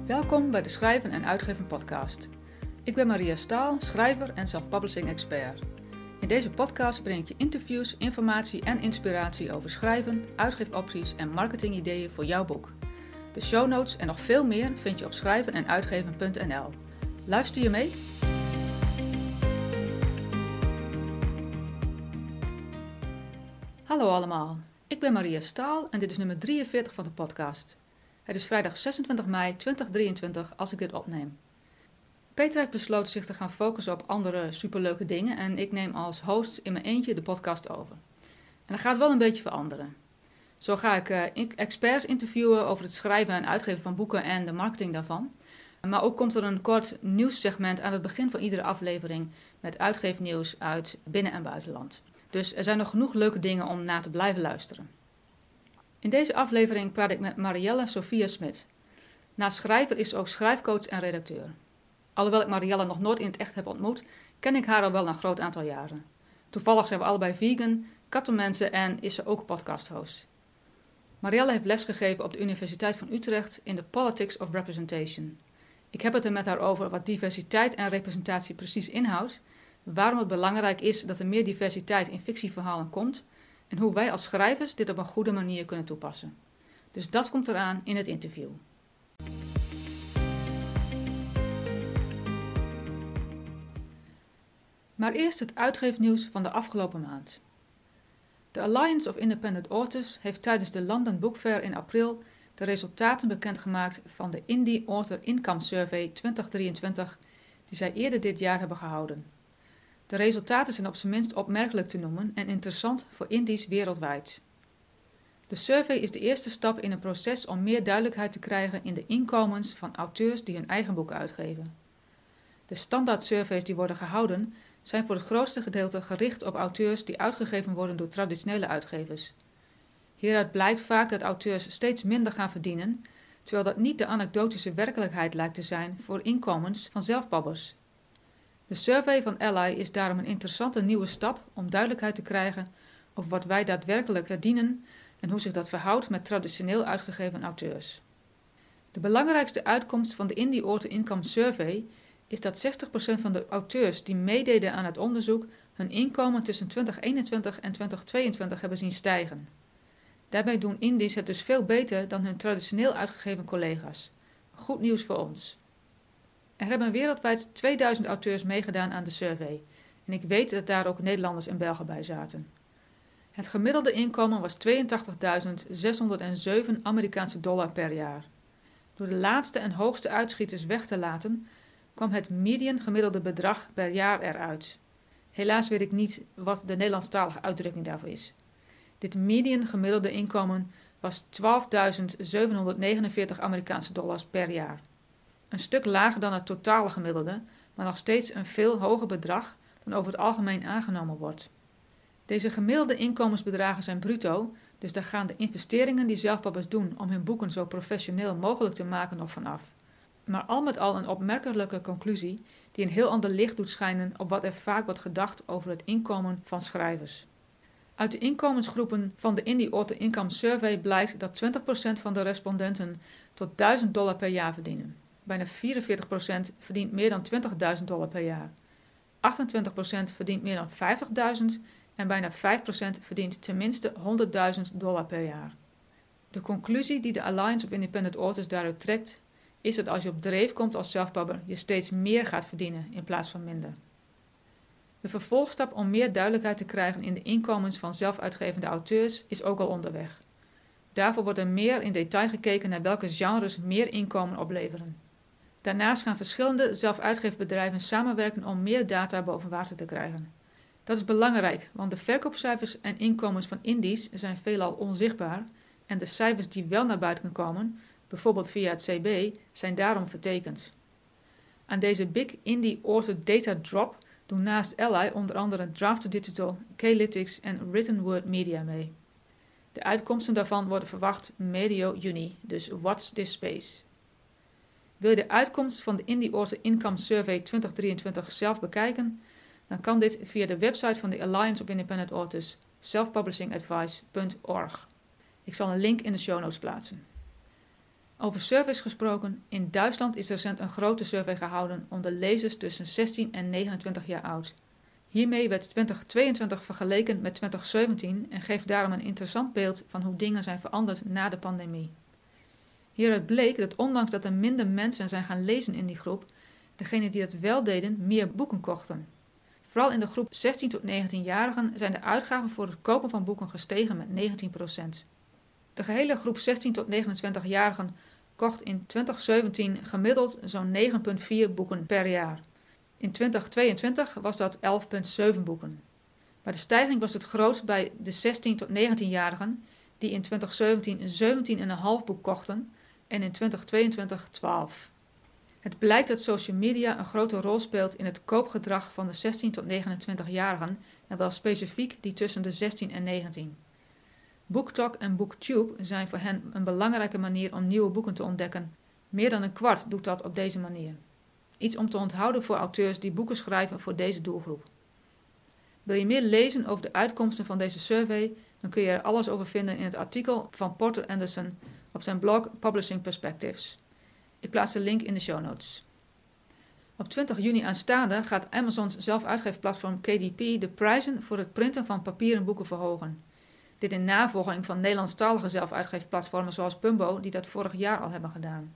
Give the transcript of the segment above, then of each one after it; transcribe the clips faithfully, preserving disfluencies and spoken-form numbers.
Welkom bij de Schrijven en Uitgeven podcast. Ik ben Maria Staal, schrijver en self-publishing expert. In deze podcast breng ik je interviews, informatie en inspiratie over schrijven, uitgeefopties en marketingideeën voor jouw boek. De show notes en nog veel meer vind je op schrijven en uitgeven punt n l. Luister je mee? Hallo allemaal, ik ben Maria Staal en dit is nummer drieënveertig van de podcast. Het is vrijdag zesentwintig mei tweeduizend drieëntwintig als ik dit opneem. Peter heeft besloten zich te gaan focussen op andere superleuke dingen en ik neem als host in mijn eentje de podcast over. En dat gaat wel een beetje veranderen. Zo ga ik uh, experts interviewen over het schrijven en uitgeven van boeken en de marketing daarvan. Maar ook komt er een kort nieuwssegment aan het begin van iedere aflevering met uitgeefnieuws uit binnen- en buitenland. Dus er zijn nog genoeg leuke dingen om naar te blijven luisteren. In deze aflevering praat ik met Marielle Sophia Smit. Naast schrijver is ze ook schrijfcoach en redacteur. Alhoewel ik Marielle nog nooit in het echt heb ontmoet, ken ik haar al wel een groot aantal jaren. Toevallig zijn we allebei vegan, kattenmensen en is ze ook podcasthost. Marielle heeft lesgegeven op de Universiteit van Utrecht in de Politics of Representation. Ik heb het er met haar over wat diversiteit en representatie precies inhoudt, waarom het belangrijk is dat er meer diversiteit in fictieverhalen komt en hoe wij als schrijvers dit op een goede manier kunnen toepassen. Dus dat komt eraan in het interview. Maar eerst het uitgeefnieuws van de afgelopen maand. De Alliance of Independent Authors heeft tijdens de London Book Fair in april de resultaten bekendgemaakt van de Indie Author Income Survey twintig drieëntwintig die zij eerder dit jaar hebben gehouden. De resultaten zijn op zijn minst opmerkelijk te noemen en interessant voor indies wereldwijd. De survey is de eerste stap in een proces om meer duidelijkheid te krijgen in de inkomens van auteurs die hun eigen boeken uitgeven. De standaard surveys die worden gehouden zijn voor het grootste gedeelte gericht op auteurs die uitgegeven worden door traditionele uitgevers. Hieruit blijkt vaak dat auteurs steeds minder gaan verdienen, terwijl dat niet de anekdotische werkelijkheid lijkt te zijn voor inkomens van zelfpabbers. De survey van Ally is daarom een interessante nieuwe stap om duidelijkheid te krijgen over wat wij daadwerkelijk verdienen en hoe zich dat verhoudt met traditioneel uitgegeven auteurs. De belangrijkste uitkomst van de Indie Author Income Survey is dat zestig procent van de auteurs die meededen aan het onderzoek hun inkomen tussen twintig eenentwintig en twintig tweeëntwintig hebben zien stijgen. Daarbij doen indies het dus veel beter dan hun traditioneel uitgegeven collega's. Goed nieuws voor ons. Er hebben wereldwijd tweeduizend auteurs meegedaan aan de survey en ik weet dat daar ook Nederlanders en Belgen bij zaten. Het gemiddelde inkomen was tweeëntachtigduizend zeshonderdzeven Amerikaanse dollar per jaar. Door de laatste en hoogste uitschieters weg te laten, kwam het median gemiddelde bedrag per jaar eruit. Helaas weet ik niet wat de Nederlandstalige uitdrukking daarvoor is. Dit median gemiddelde inkomen was twaalfduizend zevenhonderdnegenenveertig Amerikaanse dollars per jaar. Een stuk lager dan het totale gemiddelde, maar nog steeds een veel hoger bedrag dan over het algemeen aangenomen wordt. Deze gemiddelde inkomensbedragen zijn bruto, dus daar gaan de investeringen die zelfpabbers doen om hun boeken zo professioneel mogelijk te maken nog vanaf. Maar al met al een opmerkelijke conclusie die een heel ander licht doet schijnen op wat er vaak wordt gedacht over het inkomen van schrijvers. Uit de inkomensgroepen van de Indie Author Income Survey blijkt dat twintig procent van de respondenten tot duizend dollar per jaar verdienen. Bijna vierenveertig procent verdient meer dan twintigduizend dollar per jaar. achtentwintig procent verdient meer dan vijftigduizend en bijna vijf procent verdient tenminste honderdduizend dollar per jaar. De conclusie die de Alliance of Independent Authors daaruit trekt, is dat als je op dreef komt als zelfpabber, je steeds meer gaat verdienen in plaats van minder. De vervolgstap om meer duidelijkheid te krijgen in de inkomens van zelfuitgevende auteurs is ook al onderweg. Daarvoor wordt er meer in detail gekeken naar welke genres meer inkomen opleveren. Daarnaast gaan verschillende zelfuitgeefbedrijven samenwerken om meer data boven water te krijgen. Dat is belangrijk, want de verkoopcijfers en inkomens van indies zijn veelal onzichtbaar en de cijfers die wel naar buiten komen, bijvoorbeeld via het C B, zijn daarom vertekend. Aan deze Big Indie Author Data Drop doen naast Ally onder andere Draft Digital, K-Lytics en Written Word Media mee. De uitkomsten daarvan worden verwacht medio juni, dus watch this space. Wil je de uitkomst van de Indie Author Income Survey twintig drieëntwintig zelf bekijken? Dan kan dit via de website van de Alliance of Independent Authors, self publishing advice punt org. Ik zal een link in de show notes plaatsen. Over surveys gesproken, in Duitsland is recent een grote survey gehouden onder lezers tussen zestien en negenentwintig jaar oud. Hiermee werd twintig tweeëntwintig vergeleken met twintig zeventien en geeft daarom een interessant beeld van hoe dingen zijn veranderd na de pandemie. Hieruit bleek dat ondanks dat er minder mensen zijn gaan lezen in die groep, degenen die dat wel deden meer boeken kochten. Vooral in de groep zestien tot negentien-jarigen zijn de uitgaven voor het kopen van boeken gestegen met negentien procent. De gehele groep zestien tot negenentwintig-jarigen kocht in twintig zeventien gemiddeld zo'n negen komma vier boeken per jaar. In twintig tweeëntwintig was dat elf komma zeven boeken. Maar de stijging was het grootst bij de zestien tot negentien-jarigen, die in twintig zeventien zeventien komma vijf boek kochten en in twintig tweeëntwintig twaalf. Het blijkt dat social media een grote rol speelt in het koopgedrag van de zestien tot negenentwintig-jarigen en wel specifiek die tussen de zestien en negentien. BookTok en BookTube zijn voor hen een belangrijke manier om nieuwe boeken te ontdekken. Meer dan een kwart doet dat op deze manier. Iets om te onthouden voor auteurs die boeken schrijven voor deze doelgroep. Wil je meer lezen over de uitkomsten van deze survey, dan kun je er alles over vinden in het artikel van Porter Anderson op zijn blog Publishing Perspectives. Ik plaats de link in de show notes. Op twintig juni aanstaande gaat Amazons zelfuitgeefplatform K D P de prijzen voor het printen van papieren boeken verhogen. Dit in navolging van Nederlandstalige zelfuitgeefplatformen zoals Pumbo die dat vorig jaar al hebben gedaan.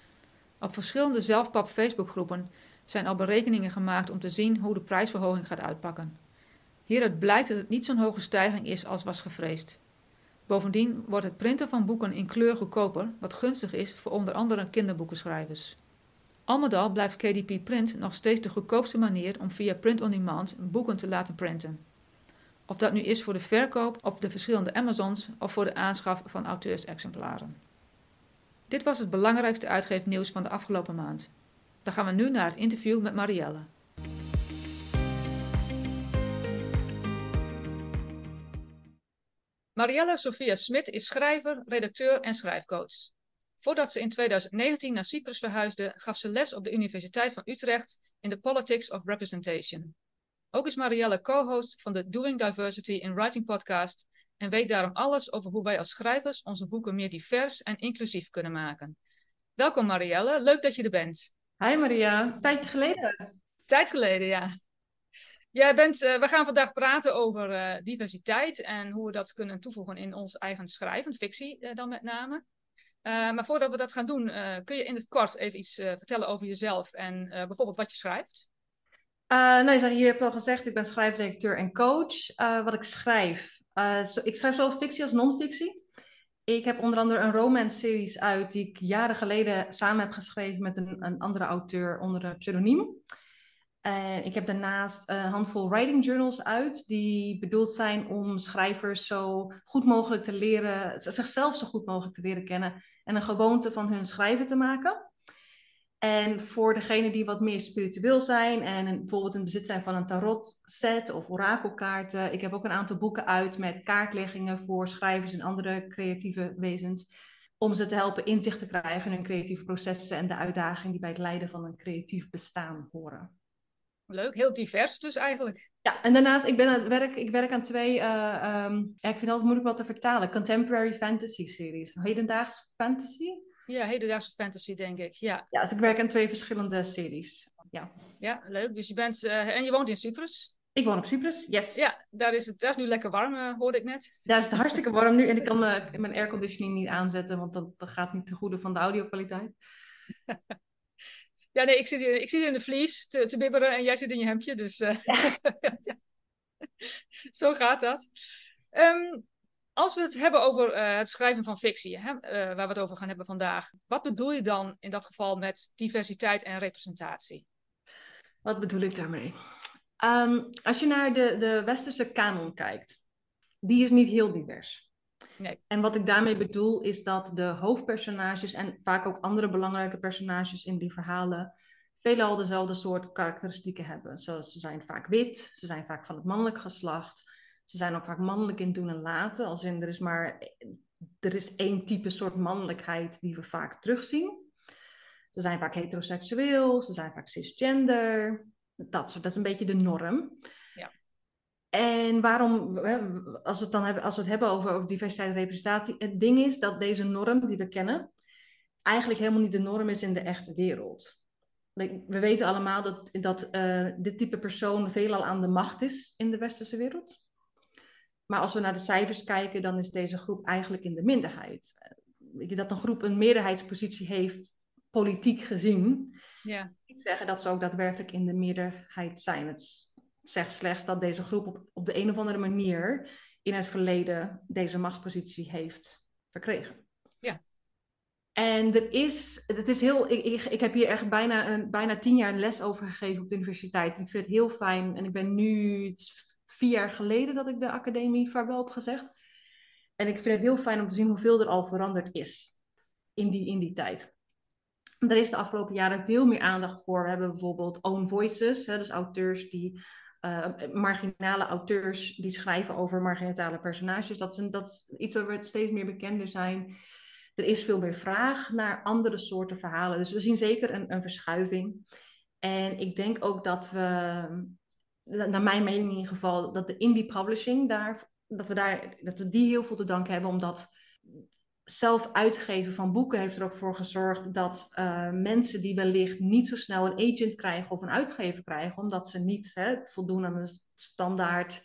Op verschillende zelfpap Facebookgroepen zijn al berekeningen gemaakt om te zien hoe de prijsverhoging gaat uitpakken. Hieruit blijkt dat het niet zo'n hoge stijging is als was gevreesd. Bovendien wordt het printen van boeken in kleur goedkoper, wat gunstig is voor onder andere kinderboekenschrijvers. Al met al blijft K D P Print nog steeds de goedkoopste manier om via print-on-demand boeken te laten printen. Of dat nu is voor de verkoop op de verschillende Amazons of voor de aanschaf van auteursexemplaren. Dit was het belangrijkste uitgeefnieuws van de afgelopen maand. Dan gaan we nu naar het interview met Marielle. Marielle Sophia Smit is schrijver, redacteur en schrijfcoach. Voordat ze in twintig negentien naar Cyprus verhuisde, gaf ze les op de Universiteit van Utrecht in de Politics of Representation. Ook is Marielle co-host van de Doing Diversity in Writing podcast en weet daarom alles over hoe wij als schrijvers onze boeken meer divers en inclusief kunnen maken. Welkom Marielle, leuk dat je er bent. Hi Maria, tijd geleden. Tijd geleden, ja. Jij bent, uh, we gaan vandaag praten over uh, diversiteit en hoe we dat kunnen toevoegen in ons eigen schrijven, fictie uh, dan met name. Uh, maar voordat we dat gaan doen, uh, kun je in het kort even iets uh, vertellen over jezelf en uh, bijvoorbeeld wat je schrijft? Uh, nou, je, zegt, je hebt al gezegd, ik ben schrijfdirecteur en coach. Uh, wat ik schrijf. Uh, so, ik schrijf zowel fictie als non-fictie. Ik heb onder andere een romance-series uit die ik jaren geleden samen heb geschreven met een, een andere auteur onder een pseudoniem. Uh, ik heb daarnaast een handvol writing journals uit die bedoeld zijn om schrijvers zo goed mogelijk te leren, zichzelf zo goed mogelijk te leren kennen en een gewoonte van hun schrijven te maken. En voor degenen die wat meer spiritueel zijn en een, bijvoorbeeld in bezit zijn van een tarot set of orakelkaarten. Ik heb ook een aantal boeken uit met kaartleggingen voor schrijvers en andere creatieve wezens. Om ze te helpen inzicht te krijgen in hun creatieve processen en de uitdagingen die bij het leiden van een creatief bestaan horen. Leuk, heel divers dus eigenlijk. Ja, en daarnaast, ik ben aan het werk, ik werk aan twee, uh, um, ja, ik vind het altijd moeilijk wat te vertalen, contemporary fantasy series. Hedendaags fantasy? Ja, hedendaagse fantasy denk ik, ja. Ja, dus ik werk aan twee verschillende series, ja. Ja, leuk. Dus je bent, uh, en je woont in Cyprus? Ik woon op Cyprus, yes. Ja, daar is het, daar is nu lekker warm, uh, hoorde ik net. Daar is het hartstikke warm nu en ik kan uh, mijn airconditioning niet aanzetten, want dat, dat gaat niet ten goede van de audio-kwaliteit. Ja, nee, ik zit hier, ik zit hier in de vlies te, te bibberen en jij zit in je hemdje, dus uh, ja. Zo gaat dat. Um, als we het hebben over uh, het schrijven van fictie, hè, uh, waar we het over gaan hebben vandaag, wat bedoel je dan in dat geval met diversiteit en representatie? Wat bedoel ik daarmee? Um, als je naar de, de westerse kanon kijkt, die is niet heel divers. Nee. En wat ik daarmee bedoel is dat de hoofdpersonages en vaak ook andere belangrijke personages in die verhalen veelal dezelfde soort karakteristieken hebben. Zoals ze zijn vaak wit, ze zijn vaak van het mannelijk geslacht, ze zijn ook vaak mannelijk in doen en laten. Als in er is maar er is één type soort mannelijkheid die we vaak terugzien. Ze zijn vaak heteroseksueel, ze zijn vaak cisgender. Dat, soort, dat is een beetje de norm. Ja. En waarom, als we het dan hebben, als we het hebben over, over diversiteit en representatie, het ding is dat deze norm die we kennen, eigenlijk helemaal niet de norm is in de echte wereld. We weten allemaal dat, dat uh, dit type persoon veelal aan de macht is in de westerse wereld. Maar als we naar de cijfers kijken, dan is deze groep eigenlijk in de minderheid. Weet je, dat een groep een meerderheidspositie heeft, politiek gezien, Ja. niet zeggen dat ze ook daadwerkelijk in de meerderheid zijn. Het zegt slechts dat deze groep op, op de een of andere manier in het verleden deze machtspositie heeft verkregen. Ja. En er is, het is heel, ik, ik, ik heb hier echt bijna, een, bijna tien jaar een les over gegeven op de universiteit. Ik vind het heel fijn. En ik ben nu, het is vier jaar geleden dat ik de academie vaarwel heb gezegd. En ik vind het heel fijn om te zien hoeveel er al veranderd is in die, in die tijd. Er is de afgelopen jaren veel meer aandacht voor. We hebben bijvoorbeeld own voices, hè, dus auteurs die, uh, marginale auteurs die schrijven over marginale personages. Dat is, een, dat is iets waar we steeds meer bekender zijn. Er is veel meer vraag naar andere soorten verhalen. Dus we zien zeker een, een verschuiving. En ik denk ook dat we, naar mijn mening in ieder geval, dat de indie publishing daar, dat we daar, dat we die heel veel te danken hebben, omdat zelf uitgeven van boeken heeft er ook voor gezorgd dat uh, mensen die wellicht niet zo snel een agent krijgen of een uitgever krijgen, omdat ze niet hè, voldoen aan de standaard,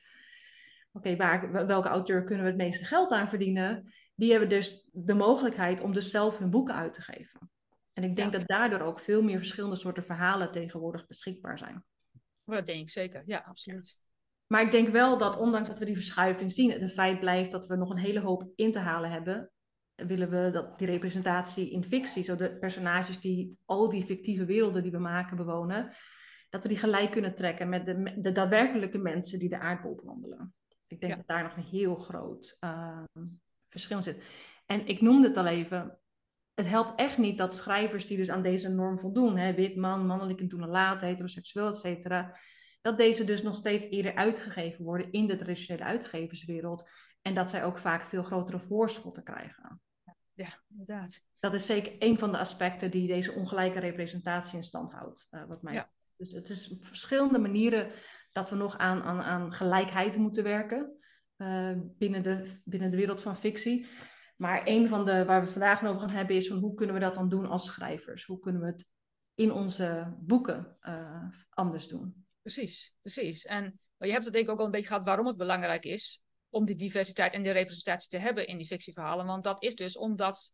oké, okay, welke auteur kunnen we het meeste geld aan verdienen, die hebben dus de mogelijkheid om dus zelf hun boeken uit te geven. En ik denk ja. dat daardoor ook veel meer verschillende soorten verhalen tegenwoordig beschikbaar zijn. Dat denk ik zeker, ja, absoluut. Maar ik denk wel dat ondanks dat we die verschuiving zien, het feit blijft dat we nog een hele hoop in te halen hebben, willen we dat die representatie in fictie, zo de personages die al die fictieve werelden die we maken bewonen, dat we die gelijk kunnen trekken met de, de daadwerkelijke mensen die de aardbol bewandelen. Ik denk ja. dat daar nog een heel groot uh, verschil zit. En ik noemde het al even, het helpt echt niet dat schrijvers die dus aan deze norm voldoen, hè, wit, man, mannelijk en toen en laat, heteroseksueel, et cetera, dat deze dus nog steeds eerder uitgegeven worden in de traditionele uitgeverswereld en dat zij ook vaak veel grotere voorschotten krijgen. Ja, inderdaad. Dat is zeker een van de aspecten die deze ongelijke representatie in stand houdt. Uh, wat mij... ja. Dus het is op verschillende manieren dat we nog aan, aan, aan gelijkheid moeten werken uh, binnen, de, binnen de wereld van fictie. Maar een van de waar we vandaag over gaan hebben is van hoe kunnen we dat dan doen als schrijvers? Hoe kunnen we het in onze boeken uh, anders doen? Precies, precies. En je hebt het denk ik ook al een beetje gehad waarom het belangrijk is om die diversiteit en die representatie te hebben in die fictieverhalen. Want dat is dus omdat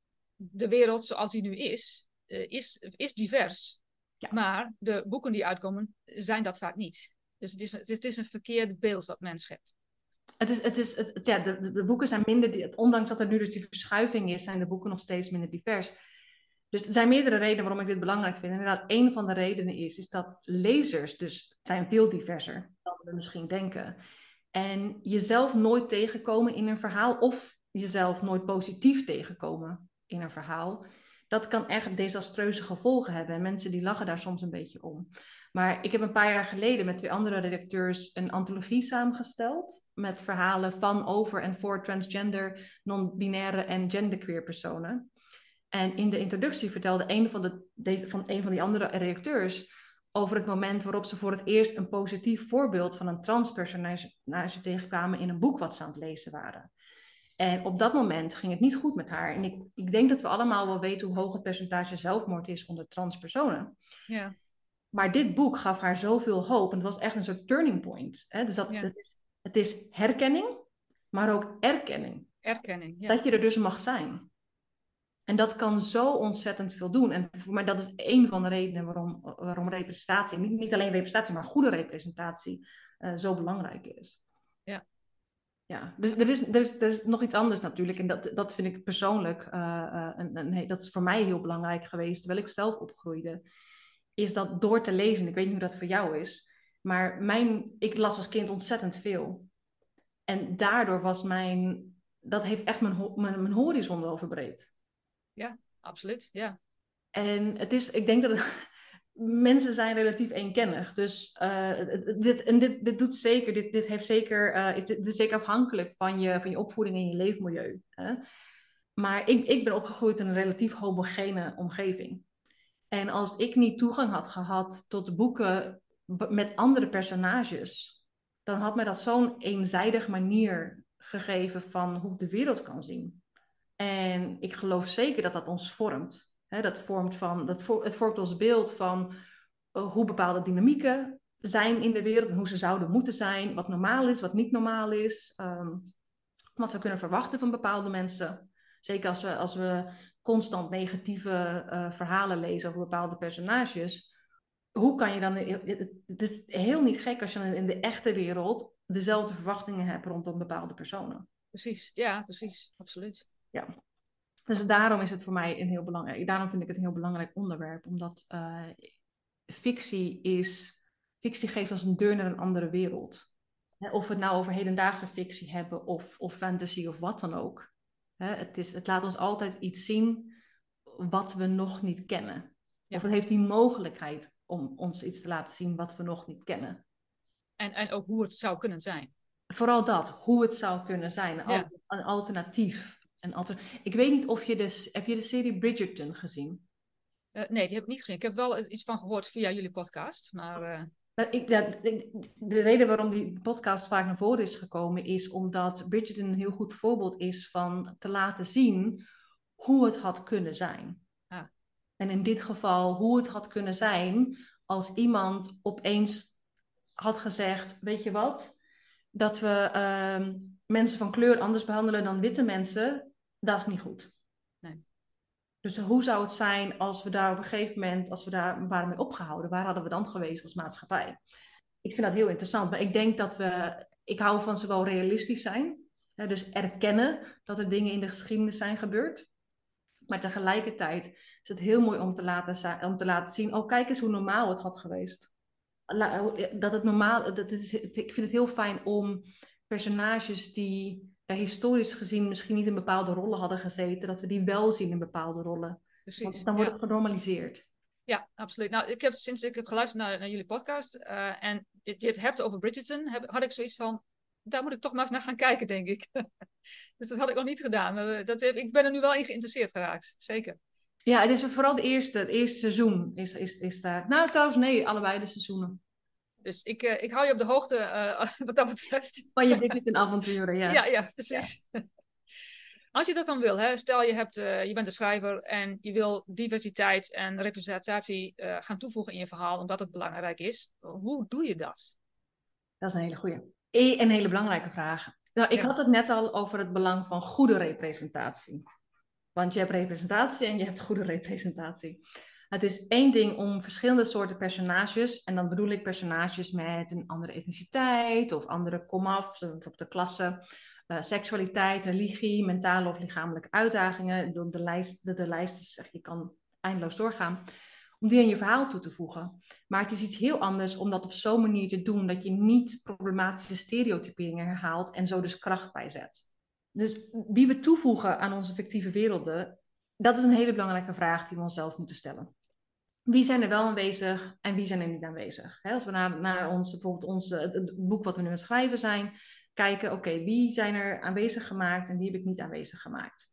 de wereld zoals die nu is, uh, is, is divers. Ja. Maar de boeken die uitkomen zijn dat vaak niet. Dus het is, het is, het is een verkeerd beeld wat men schept. Het is, het is, het, ja, de, de, de boeken zijn minder, ondanks dat er nu dus die verschuiving is, zijn de boeken nog steeds minder divers. Dus er zijn meerdere redenen waarom ik dit belangrijk vind. En inderdaad, een van de redenen is, is dat lezers dus zijn veel diverser dan we misschien denken. En jezelf nooit tegenkomen in een verhaal of jezelf nooit positief tegenkomen in een verhaal, dat kan echt desastreuze gevolgen hebben. En mensen die lachen daar soms een beetje om. Maar ik heb een paar jaar geleden met twee andere redacteurs een antologie samengesteld met verhalen van, over en voor transgender, non-binaire en genderqueer personen. En in de introductie vertelde een van, de, deze, van een van die andere redacteurs over het moment waarop ze voor het eerst een positief voorbeeld van een transpersonage tegenkwamen in een boek wat ze aan het lezen waren. En op dat moment ging het niet goed met haar. En ik, ik denk dat we allemaal wel weten hoe hoog het percentage zelfmoord is onder transpersonen. Ja. Maar dit boek gaf haar zoveel hoop. En het was echt een soort turning point. Hè? Dus dat, ja. het, is, het is herkenning, maar ook erkenning. Erkenning, ja. Dat je er dus mag zijn. En dat kan zo ontzettend veel doen. En voor mij dat is één van de redenen waarom, waarom representatie, niet, niet alleen representatie, maar goede representatie uh, zo belangrijk is. Ja. Ja, dus er is, er, is, er is nog iets anders natuurlijk. En dat, dat vind ik persoonlijk, uh, uh, een, een, dat is voor mij heel belangrijk geweest, terwijl ik zelf opgroeide. Is dat door te lezen, ik weet niet hoe dat voor jou is, maar mijn, ik las als kind ontzettend veel. En daardoor was mijn, dat heeft echt mijn, mijn, mijn horizon wel verbreed. Ja, absoluut, ja. En het is, ik denk dat het, mensen zijn relatief eenkennig. Dus uh, dit, en dit, dit doet zeker, dit, dit heeft zeker, uh, is, dit is zeker afhankelijk van je, van je opvoeding en je leefmilieu. Hè? Maar ik, ik ben opgegroeid in een relatief homogene omgeving. En als ik niet toegang had gehad tot boeken met andere personages, dan had mij dat zo'n eenzijdige manier gegeven van hoe ik de wereld kan zien. En ik geloof zeker dat dat ons vormt. Hè, dat vormt van, dat vo- het vormt ons beeld van uh, hoe bepaalde dynamieken zijn in de wereld en hoe ze zouden moeten zijn, wat normaal is, wat niet normaal is, um, wat we kunnen verwachten van bepaalde mensen. Zeker als we, als we constant negatieve uh, verhalen lezen over bepaalde personages. Hoe kan je dan... Het is heel niet gek als je in de echte wereld dezelfde verwachtingen hebt rondom bepaalde personen. Precies, ja, precies, absoluut. Ja. Dus daarom is het voor mij een heel belangrijk... Daarom vind ik het een heel belangrijk onderwerp. Omdat uh, fictie is... Fictie geeft ons een deur naar een andere wereld. Of we het nou over hedendaagse fictie hebben of, of fantasy of wat dan ook. Het, is, het laat ons altijd iets zien wat we nog niet kennen. Ja. Of het heeft die mogelijkheid om ons iets te laten zien wat we nog niet kennen. En, en ook hoe het zou kunnen zijn. Vooral dat, hoe het zou kunnen zijn. Een, Ja. al, een alternatief. Een alter... Ik weet niet of je de... Heb je de serie Bridgerton gezien? Uh, nee, die heb ik niet gezien. Ik heb wel iets van gehoord via jullie podcast, maar... Uh... Ik, ja, de reden waarom die podcast vaak naar voren is gekomen is omdat Bridgerton een heel goed voorbeeld is van te laten zien hoe het had kunnen zijn. Ah. En in dit geval hoe het had kunnen zijn als iemand opeens had gezegd, weet je wat, dat we uh, mensen van kleur anders behandelen dan witte mensen, dat is niet goed. Nee. Dus hoe zou het zijn als we daar op een gegeven moment, als we daar waren mee opgehouden, waar hadden we dan geweest als maatschappij? Ik vind dat heel interessant, maar ik denk dat we, ik hou van zowel realistisch zijn, hè, dus erkennen dat er dingen in de geschiedenis zijn gebeurd, maar tegelijkertijd is het heel mooi om te laten, om te laten zien, oh kijk eens hoe normaal het had geweest. Dat het normaal, dat is, ik vind het heel fijn om personages die ja, historisch gezien misschien niet in bepaalde rollen hadden gezeten, dat we die wel zien in bepaalde rollen. Precies. Want dan wordt ja. het genormaliseerd. Ja, absoluut. Nou, ik heb sinds ik heb geluisterd naar, naar jullie podcast uh, en je, je het hebt over Bridgerton, heb, had ik zoiets van, daar moet ik toch maar eens naar gaan kijken, denk ik. Dus dat had ik nog niet gedaan. Maar dat, ik ben er nu wel in geïnteresseerd geraakt, zeker. Ja, het is vooral de eerste, het eerste seizoen is, is, is daar. Nou, trouwens, nee, allebei de seizoenen. Dus ik, uh, ik hou je op de hoogte uh, wat dat betreft. Van je Bridgerton-avonturen, ja. Ja, ja, precies. Ja. Als je dat dan wil, hè, stel je, hebt, uh, je bent een schrijver en je wil diversiteit en representatie uh, gaan toevoegen in je verhaal, omdat het belangrijk is. Hoe doe je dat? Dat is een hele goeie. Een hele belangrijke vraag. Nou, ik ja. had het net al over het belang van goede representatie. Want je hebt representatie en je hebt goede representatie. Het is één ding om verschillende soorten personages, en dan bedoel ik personages met een andere etniciteit of andere komaf, bijvoorbeeld de klasse, uh, seksualiteit, religie, mentale of lichamelijke uitdagingen. De, de, lijst, de, de lijst is echt, je kan eindeloos doorgaan, om die aan je verhaal toe te voegen. Maar het is iets heel anders om dat op zo'n manier te doen dat je niet problematische stereotyperingen herhaalt en zo dus kracht bijzet. Dus wie we toevoegen aan onze fictieve werelden, dat is een hele belangrijke vraag die we onszelf moeten stellen. Wie zijn er wel aanwezig en wie zijn er niet aanwezig? He, als we naar, naar ons, bijvoorbeeld ons, het, het boek wat we nu aan het schrijven zijn, kijken, oké, okay, wie zijn er aanwezig gemaakt en wie heb ik niet aanwezig gemaakt?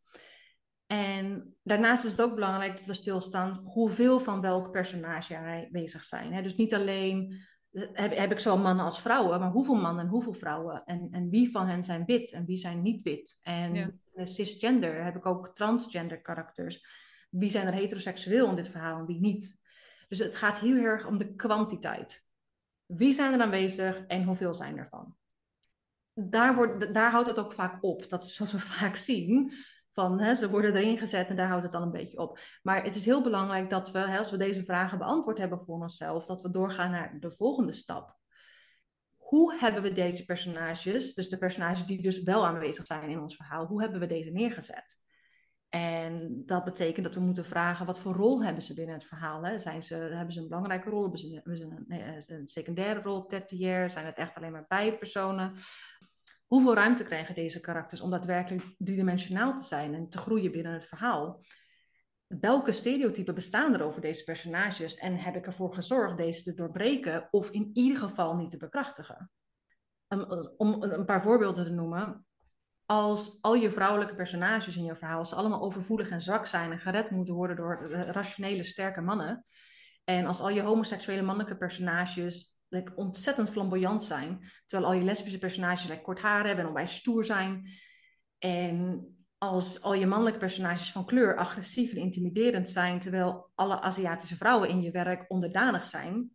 En daarnaast is het ook belangrijk dat we stilstaan hoeveel van welk personage er aanwezig zijn. He, dus niet alleen heb, heb ik zowel mannen als vrouwen, maar hoeveel mannen en hoeveel vrouwen? En, en wie van hen zijn wit en wie zijn niet wit? En ja. cisgender heb ik ook transgender karakters. Wie zijn er heteroseksueel in dit verhaal en wie niet? Dus het gaat heel erg om de kwantiteit. Wie zijn er aanwezig en hoeveel zijn ervan? Daar, wordt, daar houdt het ook vaak op. Dat is zoals we vaak zien. Van, hè, ze worden erin gezet en daar houdt het dan een beetje op. Maar het is heel belangrijk dat we, hè, als we deze vragen beantwoord hebben voor onszelf, dat we doorgaan naar de volgende stap. Hoe hebben we deze personages, dus de personages die dus wel aanwezig zijn in ons verhaal, hoe hebben we deze neergezet? En dat betekent dat we moeten vragen, wat voor rol hebben ze binnen het verhaal? Hè? Zijn ze, hebben ze een belangrijke rol? Hebben ze, hebben ze een, nee, een secundaire rol, tertiair? Zijn het echt alleen maar bijpersonen? Hoeveel ruimte krijgen deze karakters om daadwerkelijk driedimensionaal te zijn en te groeien binnen het verhaal? Welke stereotypen bestaan er over deze personages en heb ik ervoor gezorgd deze te doorbreken of in ieder geval niet te bekrachtigen? Um, om een paar voorbeelden te noemen. Als al je vrouwelijke personages in je verhaal ze allemaal overvoelig en zwak zijn en gered moeten worden door rationele, sterke mannen. En als al je homoseksuele mannelijke personages like, ontzettend flamboyant zijn, terwijl al je lesbische personages like, kort haar hebben en onwijs stoer zijn. En als al je mannelijke personages van kleur agressief en intimiderend zijn, terwijl alle Aziatische vrouwen in je werk onderdanig zijn,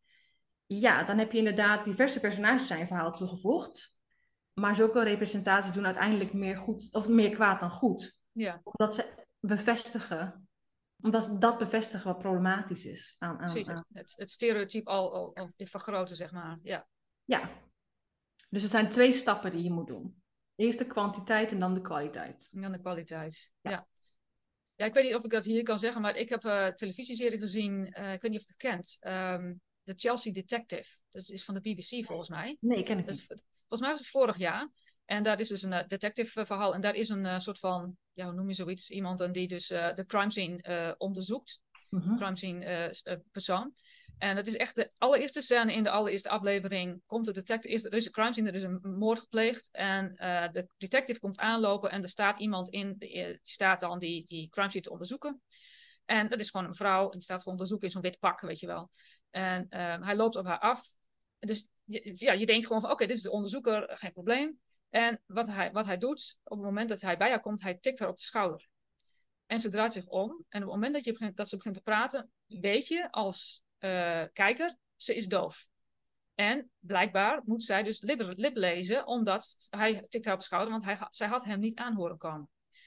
ja, dan heb je inderdaad diverse personages zijn verhaal toegevoegd. Maar zulke representaties doen uiteindelijk meer goed of meer kwaad dan goed. Ja, Omdat ze bevestigen, omdat ze dat bevestigen wat problematisch is aan, aan, precies. aan. Het, het, het stereotype al, al, al vergroten, zeg maar. Ja. Ja, dus er zijn twee stappen die je moet doen. Eerst de kwantiteit en dan de kwaliteit. En dan de kwaliteit. Ja. Ja. Ja, ik weet niet of ik dat hier kan zeggen, maar ik heb een uh, televisieserie gezien. Uh, ik weet niet of je het kent. Um, The Chelsea Detective. Dat is van de B B C volgens mij. Nee, ken ik dat niet. Is, volgens mij was het vorig jaar. En daar is dus een uh, detective uh, verhaal. En daar is een uh, soort van, ja, hoe noem je zoiets? Iemand die dus uh, de crime scene uh, onderzoekt. Mm-hmm. Crime scene uh, persoon. En dat is echt de allereerste scène in de allereerste aflevering. Komt de detective, is, er is een crime scene, er is een moord gepleegd. En uh, de detective komt aanlopen en er staat iemand in, die staat dan die, die crime scene te onderzoeken. En dat is gewoon een vrouw, en die staat te onderzoeken in zo'n wit pak, weet je wel. En uh, hij loopt op haar af. Dus ja, je denkt gewoon van, oké, okay, dit is de onderzoeker, geen probleem. En wat hij, wat hij doet, op het moment dat hij bij haar komt, hij tikt haar op de schouder. En ze draait zich om. En op het moment dat, je begint, dat ze begint te praten, weet je als uh, kijker, ze is doof. En blijkbaar moet zij dus lip, lip lezen, omdat hij tikt haar op de schouder, want hij, zij had hem niet aan horen komen.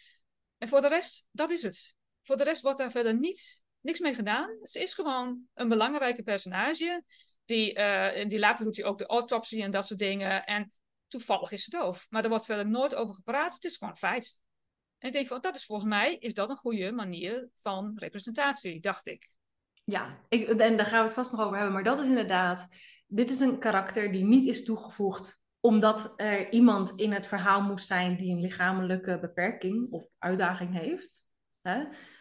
En voor de rest, dat is het. Voor de rest wordt daar verder niets, niks mee gedaan. Ze is gewoon een belangrijke personage. Die, uh, die later doet hij ook de autopsie en dat soort dingen. En toevallig is ze doof. Maar er wordt verder nooit over gepraat. Het is gewoon een feit. En ik denk van, dat is volgens mij, is dat een goede manier van representatie, dacht ik. Ja, ik, en daar gaan we het vast nog over hebben. Maar dat is inderdaad, dit is een karakter die niet is toegevoegd omdat er iemand in het verhaal moest zijn die een lichamelijke beperking of uitdaging heeft. Hè?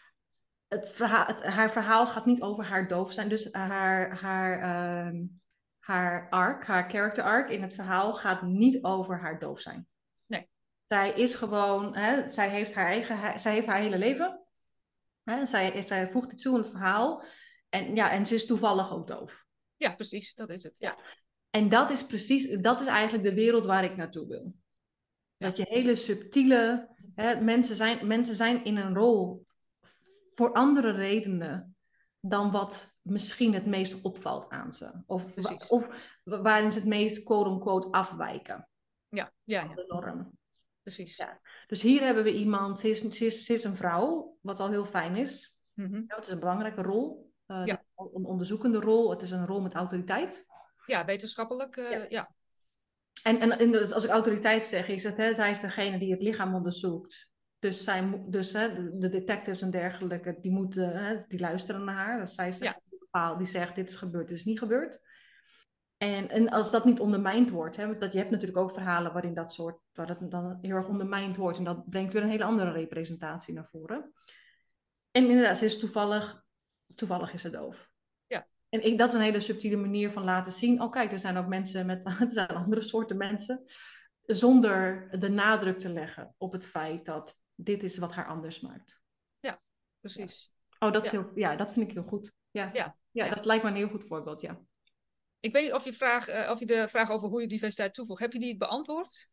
Het verhaal, het, haar verhaal gaat niet over haar doof zijn. Dus haar, haar, uh, haar arc, haar character arc in het verhaal gaat niet over haar doof zijn. Nee. Zij is gewoon, hè, zij heeft haar eigen, zij heeft haar hele leven. Hè, zij, zij voegt iets toe in het verhaal. En, ja, en ze is toevallig ook doof. Ja, precies, dat is het. Ja. En dat is precies, dat is eigenlijk de wereld waar ik naartoe wil. Ja. Dat je hele subtiele, hè, mensen, zijn, mensen zijn in een rol voor andere redenen dan wat misschien het meest opvalt aan ze. Of, of waarin ze het meest quote-unquote afwijken. Ja, ja, ja. Van de norm. Precies. Ja. Dus hier hebben we iemand, ze is, ze, is, ze is een vrouw, wat al heel fijn is. Mm-hmm. Ja, het is een belangrijke rol. Uh, ja. Een onderzoekende rol. Het is een rol met autoriteit. Ja, wetenschappelijk, uh, ja. ja. En, en, en dus als ik autoriteit zeg, is het, hè, zij is degene die het lichaam onderzoekt. Dus, zij, dus hè, de, de detectives en dergelijke, die, moeten, hè, die luisteren naar haar. Dus zij is ja. bepaald, die zegt, dit is gebeurd, dit is niet gebeurd. En, en als dat niet ondermijnd wordt, hè, dat je hebt natuurlijk ook verhalen waarin dat soort, waar het dan heel erg ondermijnd wordt. En dat brengt weer een hele andere representatie naar voren. En inderdaad, ze is toevallig, toevallig is ze doof. Ja. En ik, dat is een hele subtiele manier van laten zien. Oh kijk, er zijn ook mensen met, er zijn andere soorten mensen. Zonder de nadruk te leggen op het feit dat dit is wat haar anders maakt. Ja, precies. Ja. Oh, dat, is ja. Heel, ja, dat vind ik heel goed. Ja, ja. ja, ja. dat lijkt me een heel goed voorbeeld, ja. Ik weet niet of je, vraag, uh, of je de vraag over hoe je diversiteit toevoegt, heb je die beantwoord?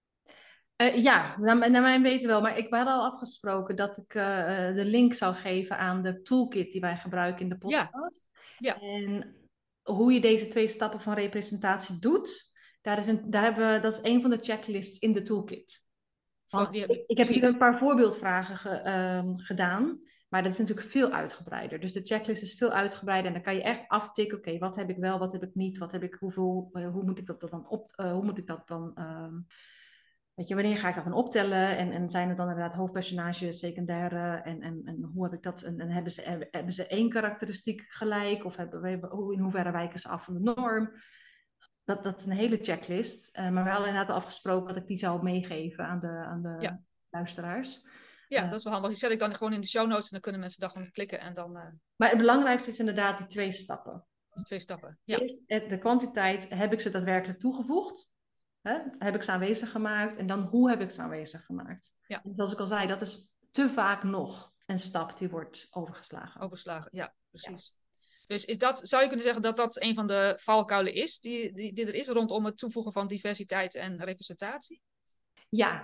Uh, ja, naar, naar mijn weten wel. Maar ik had al afgesproken dat ik uh, de link zou geven aan de toolkit die wij gebruiken in de podcast. Ja. Ja. En hoe je deze twee stappen van representatie doet, daar is een, daar hebben we, dat is een van de checklists in de toolkit. Want van, ik, ik heb hier een paar voorbeeldvragen ge, um, gedaan, maar dat is natuurlijk veel uitgebreider. Dus de checklist is veel uitgebreider en dan kan je echt aftikken, oké, okay, wat heb ik wel, wat heb ik niet, wat heb ik, hoeveel, uh, hoe moet ik dat dan op, uh, hoe moet ik dat dan... Um, Weet je, wanneer ga ik dat dan optellen? En, en zijn het dan inderdaad hoofdpersonages, secundaire? En, en, en hoe heb ik dat? En, en hebben, ze, hebben ze één karakteristiek gelijk? Of hebben we, hoe, in hoeverre wijken ze af van de norm? Dat, dat is een hele checklist. Uh, maar we hadden inderdaad afgesproken dat ik die zou meegeven aan de, aan de ja. luisteraars. Ja, uh, dat is wel handig. Die zet ik dan gewoon in de show notes en dan kunnen mensen daar gewoon klikken. En dan, uh... Maar het belangrijkste is inderdaad die twee stappen. Die twee stappen, ja. Eerst de kwantiteit, heb ik ze daadwerkelijk toegevoegd? Hè? Heb ik ze aanwezig gemaakt? En dan hoe heb ik ze aanwezig gemaakt? Ja. En zoals ik al zei, dat is te vaak nog een stap die wordt overgeslagen. Overgeslagen, ja, precies. Ja. Dus is dat, zou je kunnen zeggen dat dat een van de valkuilen is die, die, die er is rondom het toevoegen van diversiteit en representatie? Ja,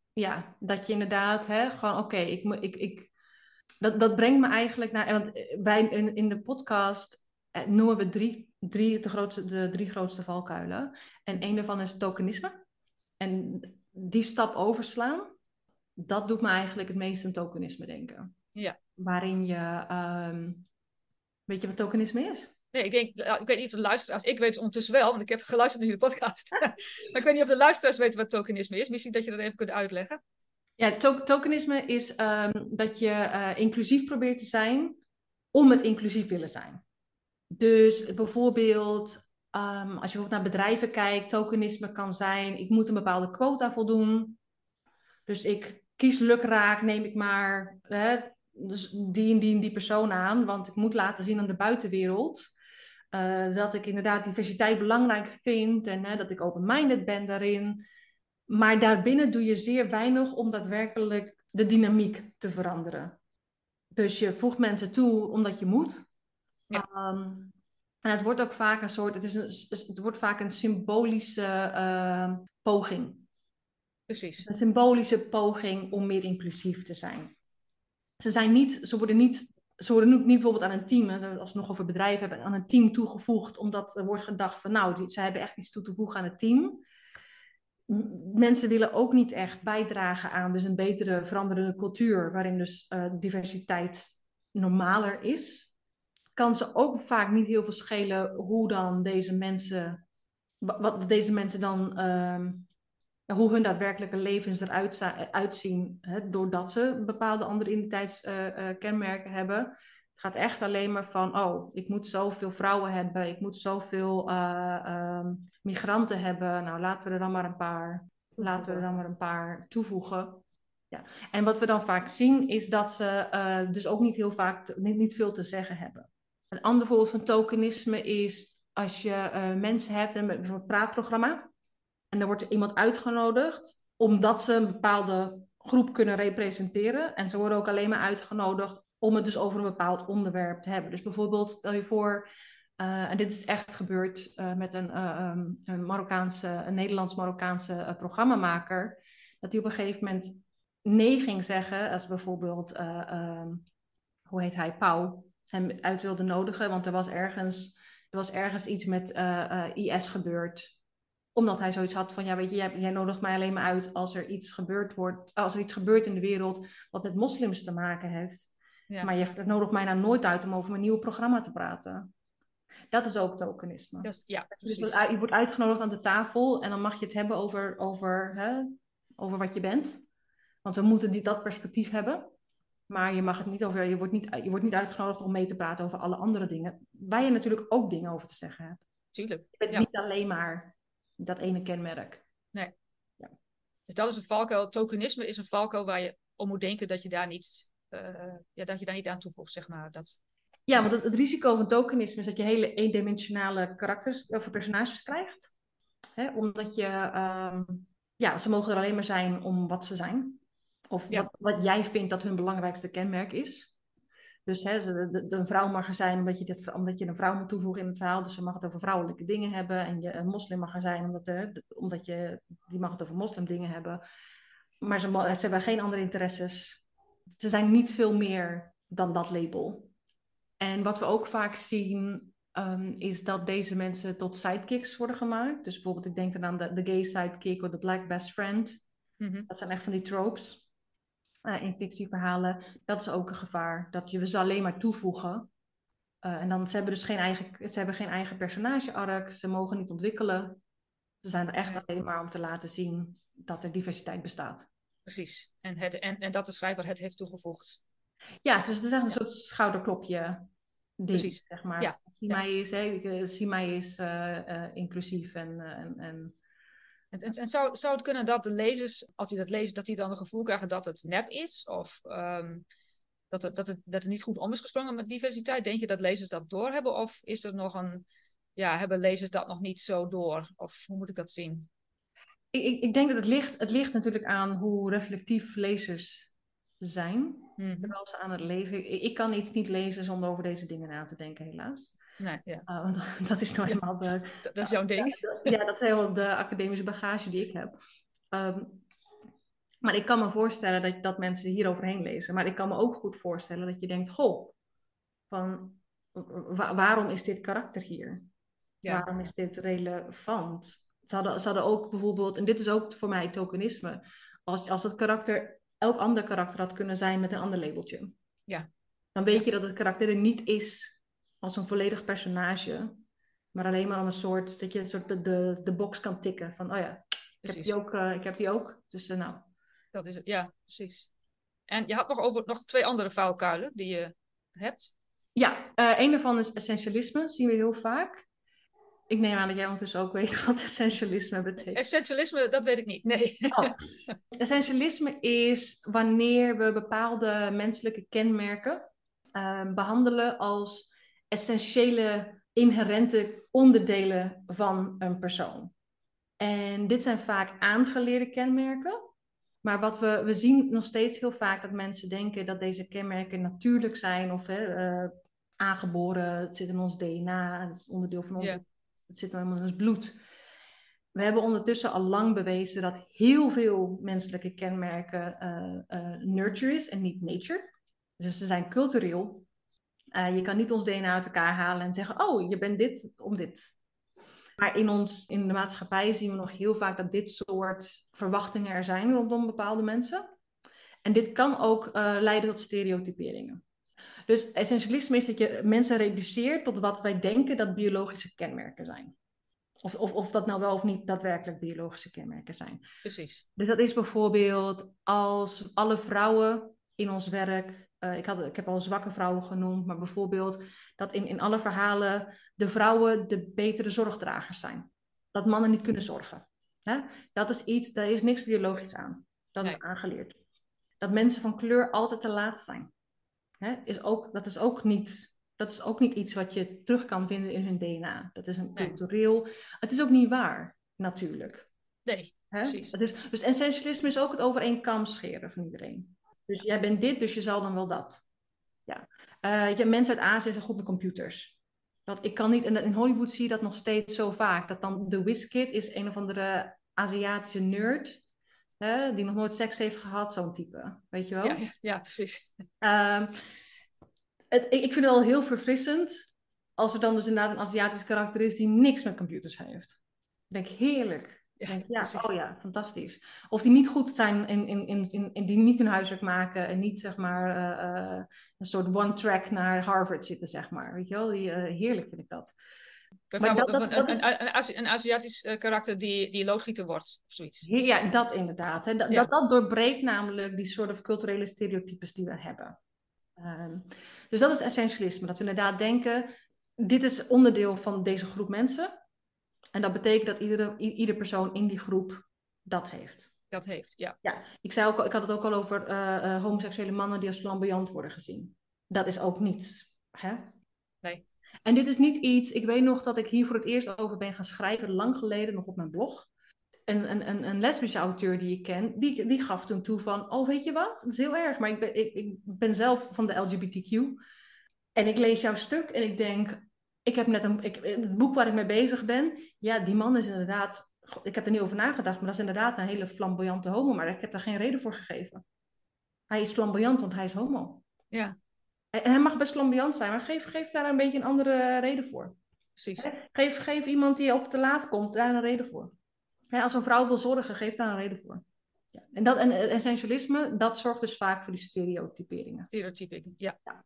Ja, dat je inderdaad, hè, gewoon oké, ik, moet- ik, ik, dat, dat brengt me eigenlijk naar, want wij in, in de podcast eh, noemen we drie, drie, de, grootste, de drie grootste valkuilen. En één daarvan is tokenisme. En die stap overslaan, dat doet me eigenlijk het meest aan tokenisme denken. Ja. Waarin je, ehm, weet je wat tokenisme is? Nee, ik denk, ik weet niet of de luisteraars, ik weet het ondertussen wel, want ik heb geluisterd naar jullie podcast. Maar ik weet niet of de luisteraars weten wat tokenisme is. Misschien dat je dat even kunt uitleggen. Ja, to tokenisme is ehm, dat je eh, inclusief probeert te zijn om het inclusief willen zijn. Dus bijvoorbeeld, ehm, als je bijvoorbeeld naar bedrijven kijkt, tokenisme kan zijn, ik moet een bepaalde quota voldoen. Dus ik kies lukraak, neem ik maar hè, dus die en die en die persoon aan, want ik moet laten zien aan de buitenwereld uh, dat ik inderdaad diversiteit belangrijk vind en hè, dat ik open-minded ben daarin. Maar daarbinnen doe je zeer weinig om daadwerkelijk de dynamiek te veranderen. Dus je voegt mensen toe omdat je moet. Ja, Um, en het wordt ook vaak een soort, het, is een, het wordt vaak een symbolische uh, poging. precies. Een symbolische poging om meer inclusief te zijn. Ze zijn niet, ze worden niet, ze worden niet bijvoorbeeld aan een team, als we het nog over bedrijven hebben, aan een team toegevoegd, omdat er wordt gedacht van nou, die, zij hebben echt iets toe te voegen aan het team. Mensen willen ook niet echt bijdragen aan dus een betere veranderende cultuur, waarin dus uh, diversiteit normaler is. Kan ze ook vaak niet heel veel schelen hoe dan deze mensen, wat deze mensen dan, uh, hoe hun daadwerkelijke levens eruit uitzien, hè, doordat ze bepaalde andere identiteitskenmerken uh, uh, hebben. Het gaat echt alleen maar van, oh, ik moet zoveel vrouwen hebben, ik moet zoveel uh, uh, migranten hebben. Nou, laten we er dan maar een paar, laten we er dan maar een paar toevoegen. Ja. En wat we dan vaak zien, is dat ze uh, dus ook niet heel vaak, niet, niet veel te zeggen hebben. Een ander voorbeeld van tokenisme is als je uh, mensen hebt, en bijvoorbeeld een praatprogramma, en er wordt iemand uitgenodigd omdat ze een bepaalde groep kunnen representeren. En ze worden ook alleen maar uitgenodigd om het dus over een bepaald onderwerp te hebben. Dus bijvoorbeeld, stel je voor, uh, en dit is echt gebeurd uh, met een, uh, um, een Marokkaanse, een Nederlands-Marokkaanse uh, programmamaker, dat hij op een gegeven moment nee ging zeggen, als bijvoorbeeld, uh, um, hoe heet hij, Pauw, hem uit wilde nodigen, want er was ergens, er was ergens iets met uh, uh, I S gebeurd, omdat hij zoiets had van, ja, weet je, jij, jij nodigt mij alleen maar uit als er iets gebeurd wordt, als er iets gebeurt in de wereld wat met moslims te maken heeft. Ja. Maar je nodigt mij nou nooit uit om over mijn nieuwe programma te praten. Dat is ook tokenisme. Dus, ja, dus je wordt uitgenodigd aan de tafel en dan mag je het hebben over, over, hè, over wat je bent. Want we moeten die, dat perspectief hebben. Maar je mag het niet over, je wordt niet, je wordt niet uitgenodigd om mee te praten over alle andere dingen. Waar je natuurlijk ook dingen over te zeggen hebt. Tuurlijk. Je bent ja. niet alleen maar dat ene kenmerk. Nee. Ja. Dus dat is een valkuil. Tokenisme is een valkuil waar je om moet denken dat je daar niet, uh, ja, dat je daar niet aan toevoegt, zeg maar. Dat... Ja, want het, het risico van tokenisme is dat je hele eendimensionale karakters of personages krijgt. Hè? Omdat je, um, ja, ze mogen er alleen maar zijn om wat ze zijn. Of ja. wat, wat jij vindt dat hun belangrijkste kenmerk is. Dus hè, de, de, de, een vrouw mag er zijn omdat je, dit, omdat je een vrouw moet toevoegen in het verhaal. Dus ze mag het over vrouwelijke dingen hebben. En je, een moslim mag er zijn omdat, de, omdat je, die mag het over moslimdingen hebben. Maar ze, ze hebben geen andere interesses. Ze zijn niet veel meer dan dat label. En wat we ook vaak zien, um, is dat deze mensen tot sidekicks worden gemaakt. Dus bijvoorbeeld, ik denk dan aan de, de gay sidekick of de black best friend. Mm-hmm. Dat zijn echt van die tropes uh, in fictieverhalen. Dat is ook een gevaar, dat je we ze alleen maar toevoegen. Uh, en dan, ze hebben dus geen eigen, ze hebben geen eigen personage-arc, ze mogen niet ontwikkelen. Ze zijn er echt nee. alleen maar om te laten zien dat er diversiteit bestaat. Precies, en, het, en, en dat de schrijver het heeft toegevoegd. Ja, dus het is echt een ja. soort schouderklopje ding, precies. Zeg maar. Ja. Zie, ja. mij is, hey, zie mij is uh, uh, inclusief en... Uh, en, en... En, en, en zou, zou het kunnen dat de lezers, als die dat lezen, dat die dan een gevoel krijgen dat het nep is? Of um, dat, het, dat, het, dat het niet goed om is gesprongen met diversiteit? Denk je dat lezers dat doorhebben? Of is er nog een... Ja, hebben lezers dat nog niet zo door? Of hoe moet ik dat zien? Ik, ik, ik denk dat het ligt, het ligt natuurlijk aan hoe reflectief lezers zijn. Mm-hmm. Terwijl ze aan het lezen... Ik, ik kan iets niet lezen zonder over deze dingen na te denken, helaas. Nee, ja. Uh, want dat, dat is nou helemaal de... Ja, dat, dat is jouw ding. Uh, ja, dat is helemaal de academische bagage die ik heb. Um, Maar ik kan me voorstellen dat, dat mensen hier overheen lezen. Maar ik kan me ook goed voorstellen dat je denkt, goh, van, wa- waarom is dit karakter hier? Ja, Waarom is dit relevant? Ze hadden, ze hadden ook bijvoorbeeld, en dit is ook voor mij tokenisme, als, als het karakter, elk ander karakter had kunnen zijn met een ander labeltje. ja, Dan weet ja, je dat het karakter er niet is als een volledig personage, maar alleen maar om een soort, dat je een soort de, de, de box kan tikken van, oh ja, ik heb die precies. ook, uh, ik heb die ook. Dus uh, nou. Dat is het, ja, precies. En je had nog over nog twee andere vuilkuilen die je hebt. Ja, uh, een daarvan is essentialisme, zien we heel vaak. Ik neem aan dat jij ondertussen ook weet wat essentialisme betekent. Essentialisme, dat weet ik niet, nee. Oh. Essentialisme is wanneer we bepaalde menselijke kenmerken uh, behandelen als essentiële, inherente onderdelen van een persoon. En dit zijn vaak aangeleerde kenmerken. Maar wat we, we zien nog steeds heel vaak dat mensen denken dat deze kenmerken natuurlijk zijn of hè, uh, aangeboren, het zit in ons D N A, het is onderdeel van ons, yeah. Het zit helemaal in ons bloed. We hebben ondertussen al lang bewezen dat heel veel menselijke kenmerken uh, uh, nurture is en niet nature. Dus ze zijn cultureel. Uh, je kan niet ons D N A uit elkaar halen en zeggen, oh, je bent dit om dit. Maar in, ons, in de maatschappij zien we nog heel vaak dat dit soort verwachtingen er zijn rondom bepaalde mensen. En dit kan ook uh, leiden tot stereotyperingen. Dus essentialisme is dat je mensen reduceert tot wat wij denken dat biologische kenmerken zijn. Of, of, of dat nou wel of niet daadwerkelijk biologische kenmerken zijn. Precies. Dus dat is bijvoorbeeld als alle vrouwen in ons werk... Uh, ik, had, ik heb al zwakke vrouwen genoemd, maar bijvoorbeeld dat in, in alle verhalen de vrouwen de betere zorgdragers zijn. Dat mannen niet kunnen zorgen. Hè? Dat is iets, daar is niks biologisch aan. Dat nee. is aangeleerd. Dat mensen van kleur altijd te laat zijn. Hè? Is ook, dat, is ook niet, dat is ook niet iets wat je terug kan vinden in hun D N A. Dat is een nee. cultureel... Het is ook niet waar, natuurlijk. Nee, Hè? precies. Het is, dus essentialisme is ook het over één kam scheren van iedereen. Dus jij bent dit, dus je zal dan wel dat. Ja. Uh, je, mensen uit Azië zijn goed met computers. Dat, ik kan niet, en in Hollywood zie je dat nog steeds zo vaak. Dat dan de WizKid is een of andere Aziatische nerd. Hè, die nog nooit seks heeft gehad, zo'n type. Weet je wel? Ja, ja, ja precies. Uh, het, ik, ik vind het al heel verfrissend. Als er dan dus inderdaad een Aziatisch karakter is die niks met computers heeft. Ik denk, heerlijk. Ja, denk, ja oh ja, fantastisch. Of die niet goed zijn in, in, in, in, in die niet hun huiswerk maken en niet zeg maar uh, uh, een soort one track naar Harvard zitten, zeg maar. Weet je wel, die, uh, heerlijk vind ik dat. Maar dat, dat, een, dat is... een, een, een Aziatisch uh, karakter die, die loodgieter wordt, of zoiets. Ja, dat inderdaad. Hè. Dat, ja. dat, dat doorbreekt namelijk die soort of culturele stereotypes die we hebben. Um, dus dat is essentialisme. Dat we inderdaad denken, dit is onderdeel van deze groep mensen. En dat betekent dat iedere, ieder persoon in die groep dat heeft. Dat heeft, ja. Ja, ik, zei ook al, ik had het ook al over uh, uh, homoseksuele mannen die als flamboyant worden gezien. Dat is ook niet. Hè? Nee. En dit is niet iets, ik weet nog dat ik hier voor het eerst over ben gaan schrijven, lang geleden nog op mijn blog. Een, een, een, een lesbische auteur die ik ken, die, die gaf toen toe van, oh weet je wat, dat is heel erg, maar ik ben, ik, ik ben zelf van de L G B T Q. En ik lees jouw stuk en ik denk, ik heb net een, ik, het boek waar ik mee bezig ben, ja, die man is inderdaad, ik heb er niet over nagedacht, maar dat is inderdaad een hele flamboyante homo, maar ik heb daar geen reden voor gegeven. Hij is flamboyant, want hij is homo. Ja. En hij mag best flamboyant zijn, maar geef, geef daar een beetje een andere reden voor. Precies. Geef, geef iemand die op te laat komt daar een reden voor. Hè, als een vrouw wil zorgen, geef daar een reden voor. Ja. En, dat, en essentialisme, dat zorgt dus vaak voor die stereotyperingen. Stereotyping, ja. ja.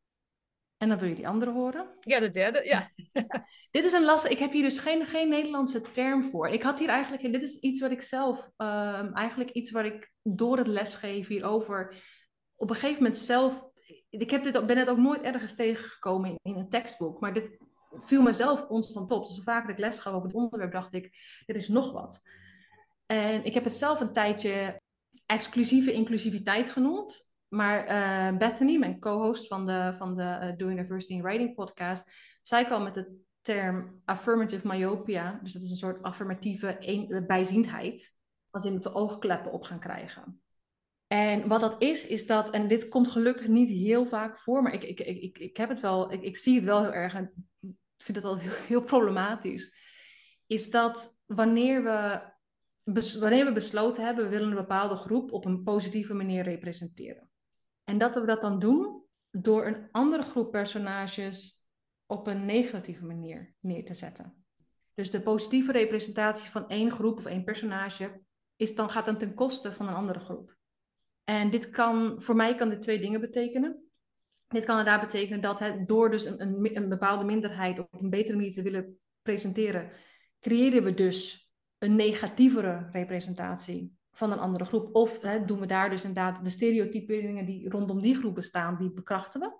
En dan wil je die andere horen? Ja, de derde, ja. ja. Dit is een lastig, ik heb hier dus geen, geen Nederlandse term voor. Ik had hier eigenlijk, dit is iets wat ik zelf, um, eigenlijk iets waar ik door het lesgeven hierover, op een gegeven moment zelf, ik heb dit, ben het ook nooit ergens tegengekomen in, in een tekstboek, maar dit viel mezelf constant op. Dus zo vaak dat ik les gaf over het onderwerp, dacht ik, er is nog wat. En ik heb het zelf een tijdje exclusieve inclusiviteit genoemd. Maar uh, Bethany, mijn co-host van de, van de uh, Do University in Writing podcast, zij kwam met de term affirmative myopia. Dus dat is een soort affirmatieve een, bijziendheid. Als in dat we oogkleppen op gaan krijgen. En wat dat is, is dat, en dit komt gelukkig niet heel vaak voor, maar ik, ik, ik, ik, ik heb het wel, ik, ik zie het wel heel erg en ik vind het altijd heel, heel problematisch. Is dat wanneer we bes- wanneer we besloten hebben, we willen een bepaalde groep op een positieve manier representeren. En dat we dat dan doen door een andere groep personages op een negatieve manier neer te zetten. Dus de positieve representatie van één groep of één personage is dan, gaat dan ten koste van een andere groep. En dit kan, voor mij kan dit twee dingen betekenen. Dit kan inderdaad betekenen dat het, door dus een, een, een bepaalde minderheid op een betere manier te willen presenteren, creëren we dus een negatievere representatie van een andere groep. Of hè, doen we daar dus inderdaad de stereotyperingen die rondom die groep bestaan, die bekrachten we.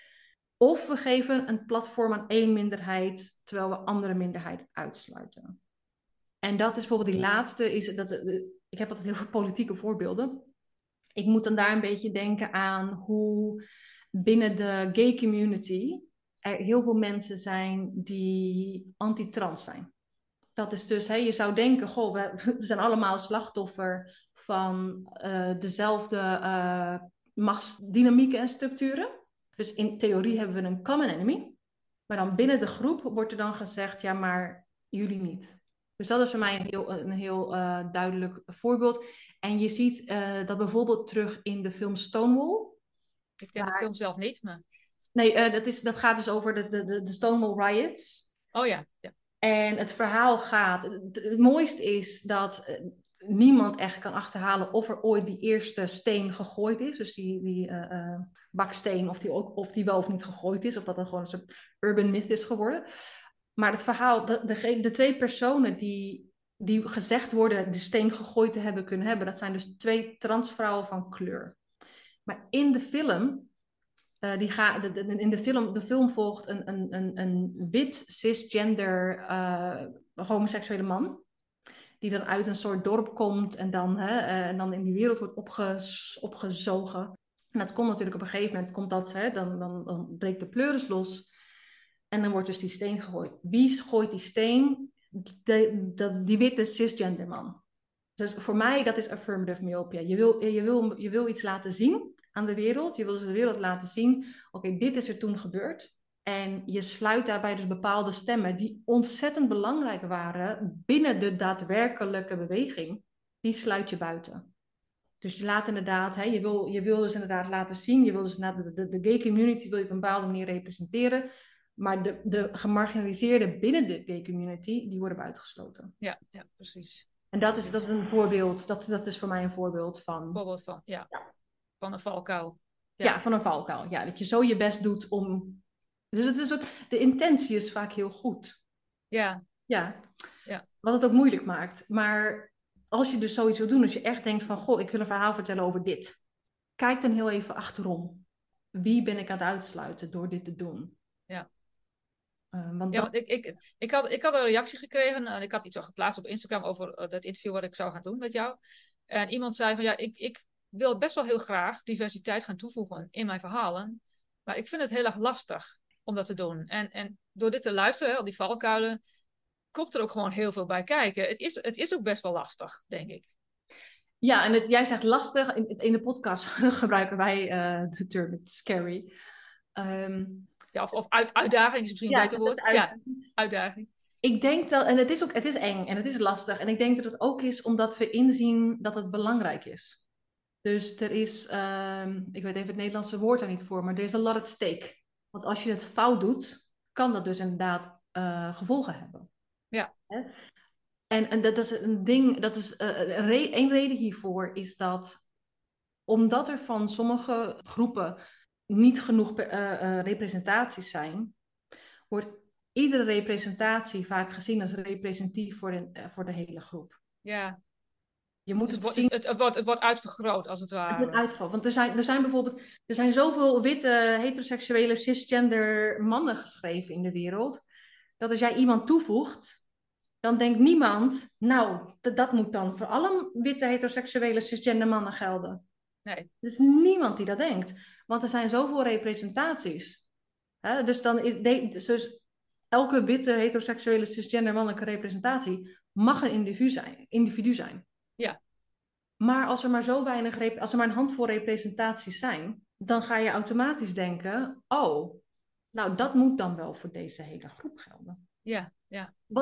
Of we geven een platform aan één minderheid, terwijl we andere minderheid uitsluiten. En dat is bijvoorbeeld die laatste, is dat, ik heb altijd heel veel politieke voorbeelden. Ik moet dan daar een beetje denken aan hoe binnen de gay community er heel veel mensen zijn die anti-trans zijn. Dat is dus, hè, je zou denken, goh, we, we zijn allemaal slachtoffer van uh, dezelfde uh, machtsdynamieken en structuren. Dus in theorie hebben we een common enemy. Maar dan binnen de groep wordt er dan gezegd, ja, maar jullie niet. Dus dat is voor mij een heel, een heel uh, duidelijk voorbeeld. En je ziet uh, dat bijvoorbeeld terug in de film Stonewall. Ik ken waar... de film zelf niet, maar... Nee, uh, dat, is, dat gaat dus over de, de, de Stonewall riots. Oh ja, ja. En het verhaal gaat... Het, het mooiste is dat uh, niemand echt kan achterhalen of er ooit die eerste steen gegooid is. Dus die, die uh, uh, baksteen, of die, ook, of die wel of niet gegooid is. Of dat dat gewoon een soort urban myth is geworden. Maar het verhaal, de, de, de twee personen die, die gezegd worden de steen gegooid te hebben kunnen hebben, dat zijn dus twee transvrouwen van kleur. Maar in de film, uh, die ga, de, de, in de film, de film volgt een, een, een, een wit cisgender uh, homoseksuele man, die dan uit een soort dorp komt en dan, hè, uh, en dan in die wereld wordt opges, opgezogen. En dat komt natuurlijk op een gegeven moment, komt dat, hè, dan, dan, dan breekt de pleuris los. En dan wordt dus die steen gegooid. Wie gooit die steen? De, de, die witte cisgender man. Dus voor mij, dat is affirmative myopia. Je wil, je wil, je wil iets laten zien aan de wereld. Je wil dus de wereld laten zien. Oké, okay, dit is er toen gebeurd. En je sluit daarbij dus bepaalde stemmen die ontzettend belangrijk waren binnen de daadwerkelijke beweging. Die sluit je buiten. Dus je laat inderdaad, hè, je, wil, je wil dus inderdaad laten zien. Je wil dus inderdaad de, de, de gay community wil je op een bepaalde manier representeren. Maar de, de gemarginaliseerden binnen de gay community, die worden buitengesloten. Ja, ja, precies. En dat is, dat is een voorbeeld, dat, dat is voor mij een voorbeeld van... Voorbeeld van, ja. ja. Van een valkuil. Ja. ja, van een valkuil. Ja, dat je zo je best doet om... Dus het is ook, de intentie is vaak heel goed. Ja. Ja. ja. Wat het ook moeilijk maakt. Maar als je dus zoiets wil doen, als je echt denkt van... Goh, ik wil een verhaal vertellen over dit. Kijk dan heel even achterom. Wie ben ik aan het uitsluiten door dit te doen? Ja. Uh, want ja, dat... want ik, ik, ik, had, ik had een reactie gekregen en ik had iets al geplaatst op Instagram over uh, dat interview wat ik zou gaan doen met jou. En iemand zei van ja, ik, ik wil best wel heel graag diversiteit gaan toevoegen in mijn verhalen, maar ik vind het heel erg lastig om dat te doen. En, en door dit te luisteren, al die valkuilen, komt er ook gewoon heel veel bij kijken. Het is, het is ook best wel lastig, denk ik. Ja, en het, jij zegt lastig. In, in de podcast gebruiken wij uh, de term scary. Um, Ja, of, of uit, uitdaging is misschien ja, een beter woord. Uitdaging. Ja, uitdaging. Ik denk dat, en het is ook, het is eng en het is lastig. En ik denk dat het ook is omdat we inzien dat het belangrijk is. Dus er is, um, ik weet even het Nederlandse woord daar niet voor, maar er is a lot at stake. Want als je het fout doet, kan dat dus inderdaad uh, gevolgen hebben. Ja. Hè? En, en dat is een ding, dat is uh, een, re- een reden hiervoor is dat omdat er van sommige groepen niet genoeg uh, uh, representaties zijn, wordt iedere representatie vaak gezien als representatief voor de, uh, voor de hele groep. Ja. Je moet dus het, het, zien. Het, het, wordt, het wordt uitvergroot, als het ware. Het wordt uitvergroot. Want er zijn, er zijn bijvoorbeeld er zijn zoveel witte, heteroseksuele, cisgender mannen geschreven in de wereld, dat als jij iemand toevoegt, dan denkt niemand, nou, d- dat moet dan voor alle witte, heteroseksuele, cisgender mannen gelden. Nee. Er is niemand die dat denkt. Want er zijn zoveel representaties. Hè? Dus dan is de, dus elke witte, heteroseksuele, cisgender mannelijke representatie mag een individu zijn. Individu zijn. Ja. Maar als er maar zo weinig, als er maar een handvol representaties zijn, dan ga je automatisch denken, oh, nou dat moet dan wel voor deze hele groep gelden. Ja, ja. Wat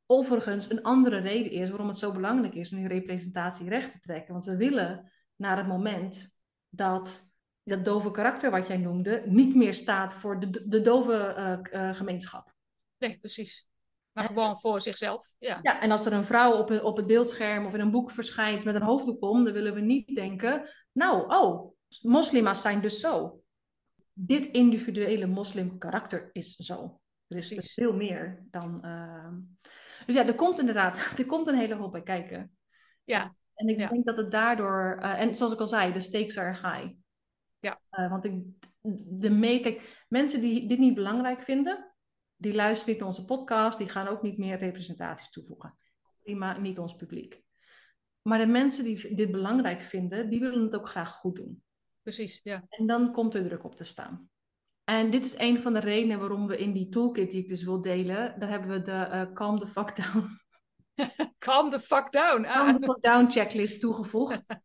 Overigens, een andere reden is waarom het zo belangrijk is om die representatie recht te trekken. Want we willen naar het moment dat dat dove karakter wat jij noemde niet meer staat voor de, de dove uh, uh, gemeenschap. Nee, precies. Maar gewoon voor zichzelf. Ja. Ja, en als er een vrouw op, een, op het beeldscherm of in een boek verschijnt met een hoofddoek om, dan willen we niet denken, nou, oh, moslima's zijn dus zo. Dit individuele moslimkarakter is zo. Er is dus veel meer dan... Uh... Dus ja, er komt inderdaad, er komt een hele hoop bij kijken. Ja. En ik ja. denk dat het daardoor, uh, en zoals ik al zei, de stakes are high. Ja. Uh, want ik, de mee, kijk, mensen die dit niet belangrijk vinden, die luisteren niet naar onze podcast, die gaan ook niet meer representaties toevoegen. Prima, niet ons publiek. Maar de mensen die dit belangrijk vinden, die willen het ook graag goed doen. Precies, ja. En dan komt er druk op te staan. En dit is een van de redenen waarom we in die toolkit die ik dus wil delen, daar hebben we de uh, Calm the Fuck Down. Calm the fuck down. Ah. Calm the Fuck Down checklist toegevoegd.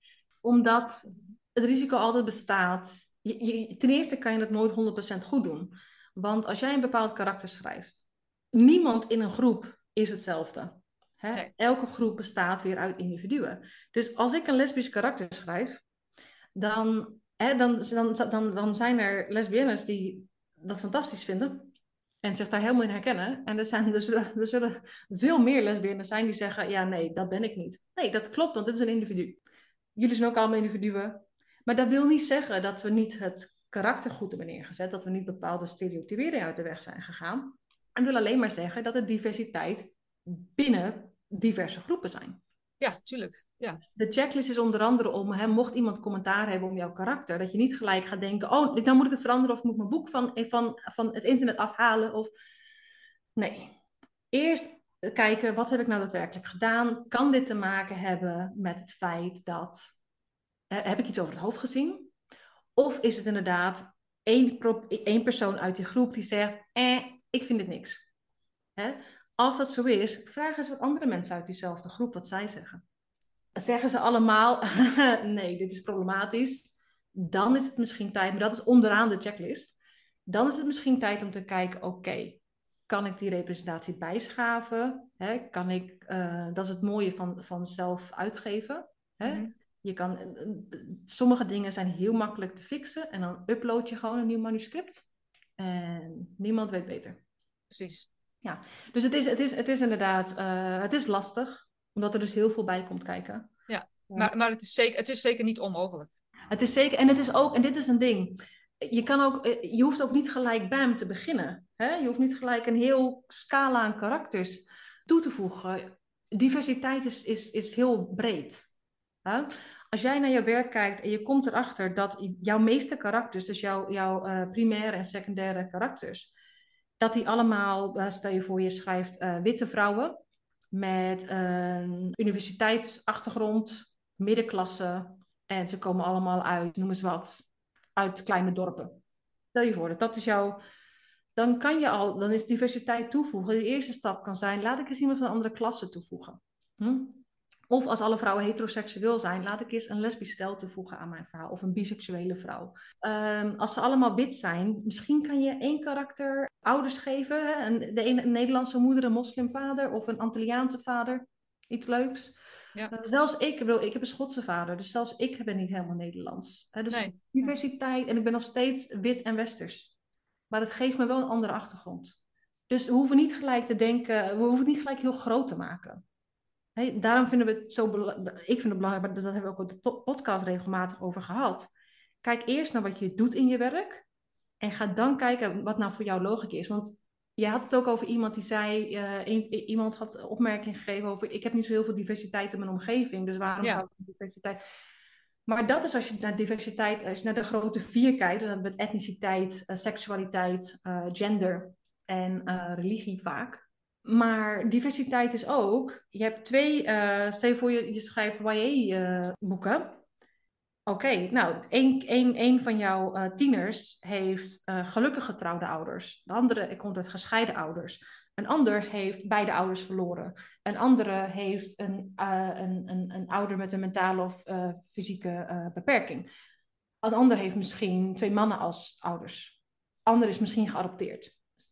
Omdat het risico altijd bestaat. Je, je, ten eerste kan je het nooit honderd procent goed doen. Want als jij een bepaald karakter schrijft, niemand in een groep is hetzelfde. Hè? Nee. Elke groep bestaat weer uit individuen. Dus als ik een lesbisch karakter schrijf, dan, hè, dan, dan, dan, dan zijn er lesbiennes die dat fantastisch vinden en zich daar helemaal in herkennen. En er, zijn, er, zullen, er zullen veel meer lesbiennes zijn die zeggen, ja nee, dat ben ik niet. Nee, dat klopt, want dit is een individu. Jullie zijn ook allemaal individuen. Maar dat wil niet zeggen dat we niet het karakter goed hebben neergezet, dat we niet bepaalde stereotyperingen uit de weg zijn gegaan. En wil alleen maar zeggen dat er diversiteit binnen diverse groepen zijn. Ja, tuurlijk. Ja. De checklist is onder andere om, hè, mocht iemand commentaar hebben om jouw karakter, dat je niet gelijk gaat denken, oh, dan moet ik het veranderen of ik moet mijn boek van, van, van het internet afhalen. Of... Nee. Eerst kijken, wat heb ik nou daadwerkelijk gedaan? Kan dit te maken hebben met het feit dat, eh, heb ik iets over het hoofd gezien? Of is het inderdaad één, pro- één persoon uit die groep die zegt, eh, ik vind dit niks. Hè? Als dat zo is, vraag eens wat andere mensen uit diezelfde groep wat zij zeggen. Zeggen ze allemaal, nee, dit is problematisch. Dan is het misschien tijd, maar dat is onderaan de checklist. Dan is het misschien tijd om te kijken, oké, okay, kan ik die representatie bijschaven? Hè? Kan ik, uh, dat is het mooie van, van zelf uitgeven. Hè? Mm-hmm. Je kan, sommige dingen zijn heel makkelijk te fixen en dan upload je gewoon een nieuw manuscript. En niemand weet beter. Precies. Ja, dus het is, het is, het is inderdaad, uh, het is lastig, omdat er dus heel veel bij komt kijken. Ja, maar, maar het, is zeker, het is zeker niet onmogelijk. Het is zeker, en het is ook, en dit is een ding, je, kan ook, je hoeft ook niet gelijk bam te beginnen. Hè? Je hoeft niet gelijk een heel scala aan karakters toe te voegen. Diversiteit is, is, is heel breed. Hè? Als jij naar jouw werk kijkt en je komt erachter dat jouw meeste karakters, dus jouw, jouw uh, primaire en secundaire karakters, dat die allemaal, uh, stel je voor je schrijft uh, witte vrouwen met een universiteitsachtergrond, middenklasse, en ze komen allemaal uit, noem eens wat, uit kleine dorpen. Stel je voor dat dat is jouw, dan kan je al, dan is diversiteit toevoegen. De eerste stap kan zijn, laat ik eens iemand van een andere klasse toevoegen. Hm? Of als alle vrouwen heteroseksueel zijn, laat ik eens een lesbisch stel toevoegen aan mijn verhaal. Of een biseksuele vrouw. Um, als ze allemaal wit zijn, misschien kan je één karakter ouders geven. Hè? Een, de ene een Nederlandse moeder, een moslimvader of een Antilliaanse vader. Iets leuks. Ja. Uh, zelfs ik, ik, bedoel, ik heb een Schotse vader, dus zelfs ik ben niet helemaal Nederlands. Hè? Dus nee. Diversiteit, en ik ben nog steeds wit en westers. Maar het geeft me wel een andere achtergrond. Dus we hoeven niet gelijk te denken, we hoeven niet gelijk heel groot te maken. Hey, daarom vinden we het zo belangrijk, ik vind het belangrijk, maar dat hebben we ook op de podcast regelmatig over gehad. Kijk eerst naar wat je doet in je werk en ga dan kijken wat nou voor jou logica is. Want je had het ook over iemand die zei, uh, een, iemand had opmerking gegeven over, ik heb niet zo heel veel diversiteit in mijn omgeving, dus waarom ja. zou ik diversiteit... Maar dat is als je naar diversiteit, als je naar de grote vier kijkt, dan hebben we het etniciteit, uh, seksualiteit, uh, gender en uh, religie vaak. Maar diversiteit is ook, je hebt twee, uh, stel je voor je, je schrijft Y A-boeken. Uh, Oké, okay, nou, één, één, één van jouw uh, tieners heeft uh, gelukkig getrouwde ouders. De andere komt uit gescheiden ouders. Een ander heeft beide ouders verloren. Een andere heeft een, uh, een, een, een ouder met een mentale of uh, fysieke uh, beperking. Een ander heeft misschien twee mannen als ouders. Een ander is misschien geadopteerd.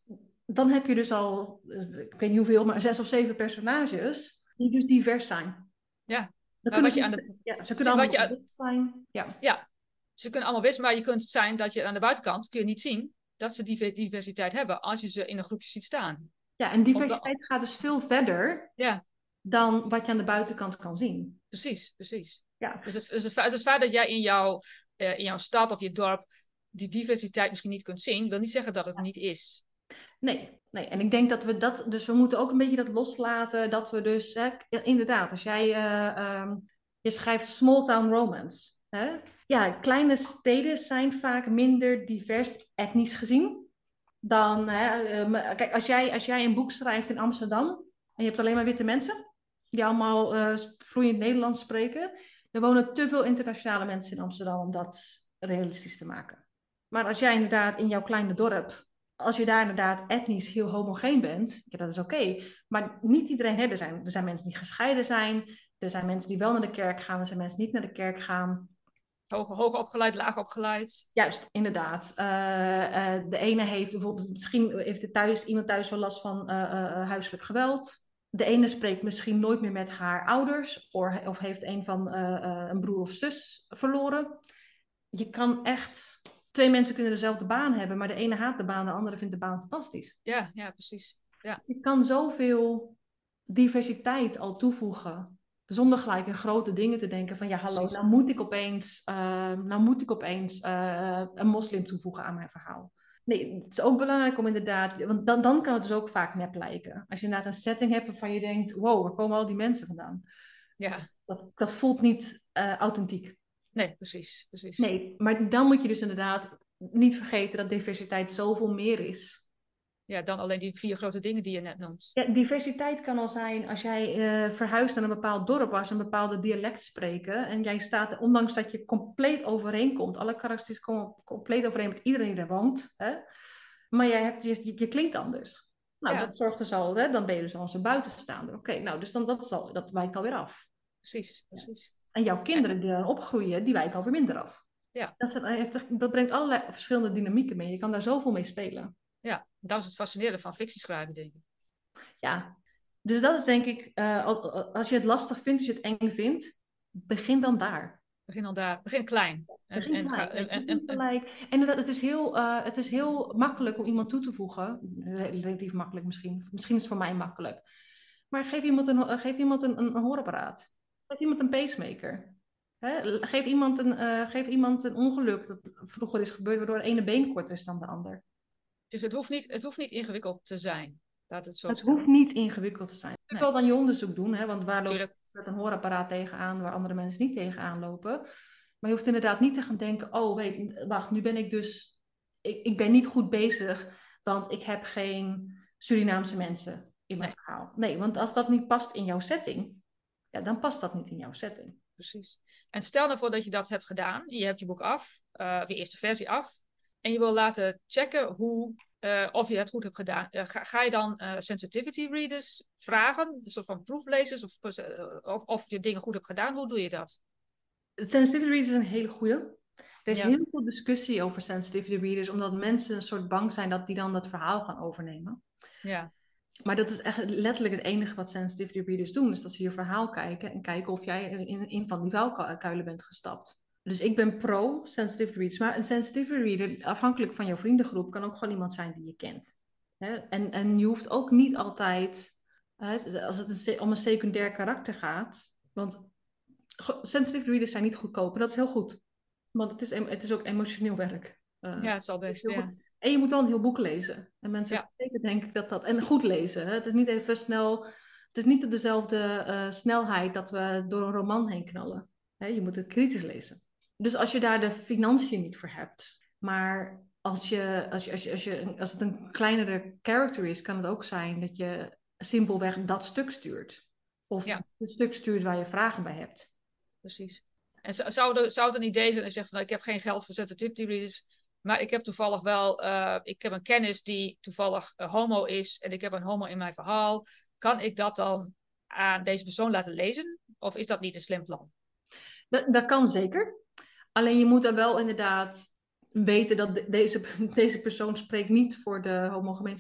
dan heb je dus al, ik weet niet hoeveel, maar zes of zeven personages die dus divers zijn. Ja, Dan maar kunnen wat ze, je aan de... ja, ze kunnen Wat allemaal je, wit zijn. Ja. ja, ze kunnen allemaal wit, maar je kunt het zijn dat je aan de buitenkant kun je niet zien dat ze die diversiteit hebben als je ze in een groepje ziet staan. ja, en Omdat, diversiteit gaat dus veel verder ja, dan wat je aan de buitenkant kan zien. precies, precies. Ja. Dus het, dus het, feit, het feit dat jij in jouw, uh, in jouw stad of je dorp die diversiteit misschien niet kunt zien, wil niet zeggen dat het niet is. Nee, nee. En ik denk dat we dat, dus we moeten ook een beetje dat loslaten, dat we dus, hè, inderdaad, als jij, uh, um, je schrijft small town romance, hè? Ja, kleine steden zijn vaak minder divers etnisch gezien dan, hè, um, kijk, als jij, als jij een boek schrijft in Amsterdam en je hebt alleen maar witte mensen, die allemaal uh, vloeiend Nederlands spreken, er wonen te veel internationale mensen in Amsterdam om dat realistisch te maken. Maar als jij inderdaad in jouw kleine dorp, als je daar inderdaad etnisch heel homogeen bent, ja, dat is oké. Okay. Maar niet iedereen, hè, er zijn, er zijn mensen die gescheiden zijn, er zijn mensen die wel naar de kerk gaan, er zijn mensen die niet naar de kerk gaan. Hoog, hoog opgeleid, laag opgeleid. Juist, inderdaad. Uh, uh, de ene heeft bijvoorbeeld, misschien heeft er thuis, iemand thuis wel last van uh, uh, huiselijk geweld. De ene spreekt misschien nooit meer met haar ouders, of, of heeft een van uh, uh, een broer of zus verloren. Je kan echt, twee mensen kunnen dezelfde baan hebben, maar de ene haat de baan, de andere vindt de baan fantastisch. Ja, ja, precies. Ja. Je kan zoveel diversiteit al toevoegen, zonder gelijk in grote dingen te denken van ja, hallo, precies. nou moet ik opeens, uh, nou moet ik opeens uh, een moslim toevoegen aan mijn verhaal. Nee, het is ook belangrijk om inderdaad, want dan, dan kan het dus ook vaak nep lijken. Als je inderdaad een setting hebt waarvan je denkt, wow, waar komen al die mensen vandaan? Ja. Dat, dat voelt niet uh, authentiek. Nee, precies, precies. Nee, maar dan moet je dus inderdaad niet vergeten dat diversiteit zoveel meer is. Ja, dan alleen die vier grote dingen die je net noemt. Ja, diversiteit kan al zijn als jij uh, verhuist naar een bepaald dorp waar ze een bepaalde dialect spreken. En jij staat, ondanks dat je compleet overeenkomt, alle karakters komen compleet overeen met iedereen die er woont. Hè? Maar jij hebt, je, je klinkt anders. Nou, ja. Dat zorgt dus al, hè? Dan ben je dus al als een buitenstaander. Oké, okay, nou, dus dan, dat, zal, dat wijkt alweer af. Precies, precies. Ja. En jouw kinderen die dan opgroeien, die wijken alweer minder af. Ja. Dat, is, dat brengt allerlei verschillende dynamieken mee. Je kan daar zoveel mee spelen. Ja, dat is het fascinerende van fictieschrijven, denk ik. Ja, dus dat is denk ik, uh, als je het lastig vindt, als je het eng vindt, begin dan daar. Begin dan daar, begin klein. En, begin en, klein. Ga, en, en, en, en, en het is, heel, uh, het is heel makkelijk om iemand toe te voegen. Relatief makkelijk misschien. Misschien is het voor mij makkelijk. Maar geef iemand een, uh, geef iemand een, een, een hoorapparaat. Geef iemand een pacemaker. Hè? Geef, iemand een, uh, geef iemand een ongeluk dat vroeger is gebeurd, waardoor de ene been korter is dan de ander. Dus het hoeft niet, het hoeft niet ingewikkeld te zijn. Laat het zo het staan. hoeft niet ingewikkeld te zijn. Je nee. kunt wel dan je onderzoek doen, hè? Want waar Tuurlijk. loopt met een hoorapparaat tegenaan waar andere mensen niet tegenaan lopen. Maar je hoeft inderdaad niet te gaan denken, oh weet, wacht, nu ben ik dus, ik, ik ben niet goed bezig, want ik heb geen Surinaamse mensen in mijn nee. verhaal. Nee, want als dat niet past in jouw setting, ja, dan past dat niet in jouw setting. Precies. En stel nou voor dat je dat hebt gedaan, je hebt je boek af, uh, je eerste versie af, en je wil laten checken hoe, uh, of je het goed hebt gedaan. Uh, ga, ga je dan uh, sensitivity readers vragen, een soort van proeflezers, of, uh, of, of je dingen goed hebt gedaan? Hoe doe je dat? Sensitivity readers is een hele goeie. Er is ja. heel veel discussie over sensitivity readers, omdat mensen een soort bang zijn dat die dan dat verhaal gaan overnemen. Ja. Maar dat is echt letterlijk het enige wat sensitivity readers doen, is dat ze je verhaal kijken en kijken of jij in een van die vuilkuilen bent gestapt. Dus ik ben pro sensitivity readers, maar een sensitivity reader, afhankelijk van jouw vriendengroep, kan ook gewoon iemand zijn die je kent. Hè? En, en je hoeft ook niet altijd, hè, als het een, om een secundair karakter gaat, want sensitivity readers zijn niet goedkoop, en dat is heel goed. Want het is, het is ook emotioneel werk. Uh, ja, het is al best, ja. Goed. En je moet wel een heel boek lezen. En mensen ja. vergeten denk ik dat dat... En goed lezen. Hè? Het is niet even snel... Het is niet op dezelfde uh, snelheid dat we door een roman heen knallen. Hè? Je moet het kritisch lezen. Dus als je daar de financiën niet voor hebt... Maar als, je, als, je, als, je, als, je, als het een kleinere character is... kan het ook zijn dat je simpelweg dat stuk stuurt. Of ja. het stuk stuurt waar je vragen bij hebt. Precies. En zou, de, zou het een idee zijn en zeggen van... Nou, ik heb geen geld voor sensitivity readers... Maar ik heb toevallig wel, uh, ik heb een kennis die toevallig uh, homo is en ik heb een homo in mijn verhaal. Kan ik dat dan aan deze persoon laten lezen? Of is dat niet een slim plan? Dat, dat kan zeker. Alleen je moet dan wel inderdaad weten dat de, deze, deze persoon spreekt niet voor de homogemeenschap.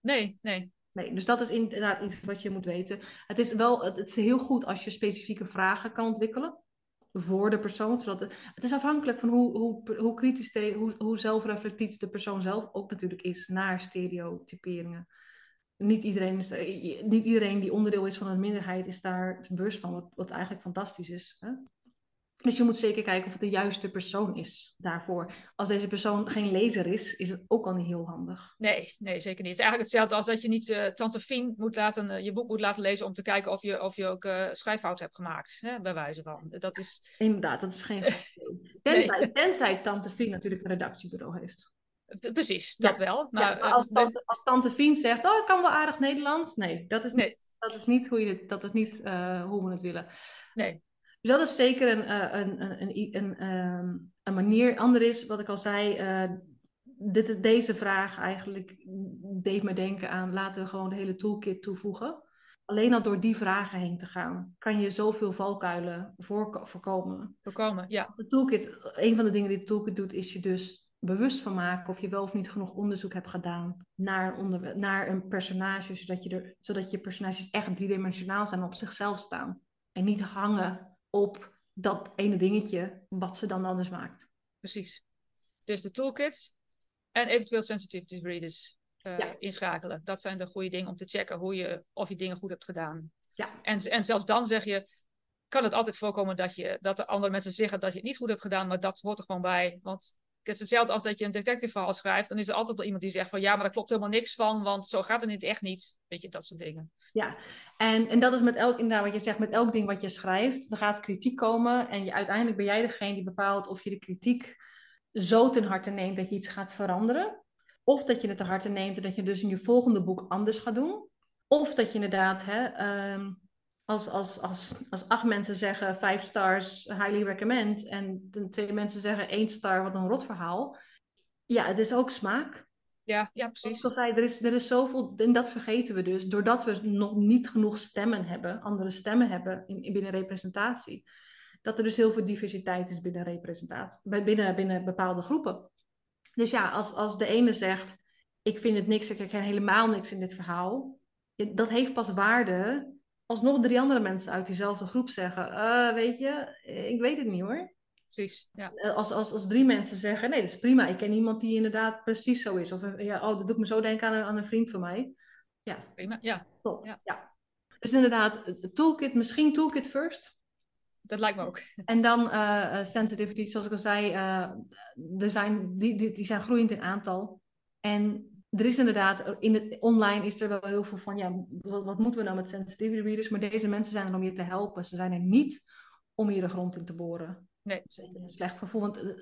Nee, nee. Nee, dus dat is inderdaad iets wat je moet weten. Het is wel, het, het is heel goed als je specifieke vragen kan ontwikkelen voor de persoon. Zodat het, het is afhankelijk van hoe, hoe, hoe kritisch, de, hoe, hoe zelfreflectief de persoon zelf ook natuurlijk is naar stereotyperingen. Niet iedereen, is, niet iedereen die onderdeel is van een minderheid is daar bewust van, wat, wat eigenlijk fantastisch is. Hè? Dus je moet zeker kijken of het de juiste persoon is daarvoor. Als deze persoon geen lezer is, is het ook al niet heel handig. Nee, nee, zeker niet. Het is eigenlijk hetzelfde als dat je niet uh, Tante Fien moet laten, uh, je boek moet laten lezen om te kijken of je, of je ook uh, schrijffout hebt gemaakt. Hè, bij wijze van. Dat is... Inderdaad, dat is geen goed idee. Tenzij, nee. tenzij Tante Fien natuurlijk een redactiebureau heeft. Precies, dat ja. wel. Maar, ja, maar als, tante, als Tante Fien zegt, oh, ik kan wel aardig Nederlands. Nee, dat is niet, nee. dat is niet, hoe, je, dat is niet uh, hoe we het willen. Nee. Dus dat is zeker een, een, een, een, een, een, een manier. Ander is, wat ik al zei, uh, dit, deze vraag eigenlijk deed me denken aan, laten we gewoon de hele toolkit toevoegen. Alleen al door die vragen heen te gaan, kan je zoveel valkuilen voor, voorkomen. Voorkomen, ja. De toolkit, een van de dingen die de toolkit doet, is je dus bewust van maken of je wel of niet genoeg onderzoek hebt gedaan naar een, onder, naar een personage, zodat je, er, zodat je personages echt driedimensionaal zijn en op zichzelf staan. En niet hangen op dat ene dingetje wat ze dan anders maakt. Precies. Dus de toolkit en eventueel sensitivity readers uh, ja. inschakelen. Dat zijn de goede dingen om te checken hoe je, of je dingen goed hebt gedaan. Ja. En, en zelfs dan zeg je, kan het altijd voorkomen dat, je, dat de andere mensen zeggen dat je het niet goed hebt gedaan, maar dat hoort er gewoon bij. Want het is hetzelfde als dat je een detective verhaal schrijft, dan is er altijd wel iemand die zegt van ja, maar daar klopt helemaal niks van, want zo gaat het niet echt niet. Weet je, dat soort dingen. Ja, en, en dat is met elk, inderdaad wat je zegt, met elk ding wat je schrijft, er gaat kritiek komen en je, uiteindelijk ben jij degene die bepaalt of je de kritiek zo ten harte neemt dat je iets gaat veranderen. Of dat je het ten harte neemt en dat je dus in je volgende boek anders gaat doen. Of dat je inderdaad, hè, um, als, als, als, als acht mensen zeggen vijf stars, highly recommend. En twee mensen zeggen één star, wat een rot verhaal. Ja, het is ook smaak. Ja, ja, precies. Zoals zei, er is, er is zoveel, en dat vergeten we dus, doordat we nog niet genoeg stemmen hebben, andere stemmen hebben in, binnen representatie. Dat er dus heel veel diversiteit is binnen representatie, binnen, binnen bepaalde groepen. Dus ja, als, als de ene zegt, ik vind het niks, ik herken helemaal niks in dit verhaal. Dat heeft pas waarde als nog drie andere mensen uit diezelfde groep zeggen, uh, weet je, ik weet het niet hoor. Precies, ja. Als, als, als drie mensen zeggen, nee, dat is prima, ik ken iemand die inderdaad precies zo is. Of ja, oh, dat doet me zo denken aan een, aan een vriend van mij. Ja, prima, ja. Top, ja. ja. Dus inderdaad, toolkit, misschien toolkit first. Dat lijkt me ook. En dan uh, sensitivity, zoals ik al zei, uh, er zijn, die, die, die zijn groeiend in aantal. En er is inderdaad, in het, online is er wel heel veel van, ja, wat, wat moeten we nou met sensitivity readers? Maar deze mensen zijn er om je te helpen. Ze zijn er niet om je de grond in te boren. Nee, zeker niet. Slecht gevoel. Want uh,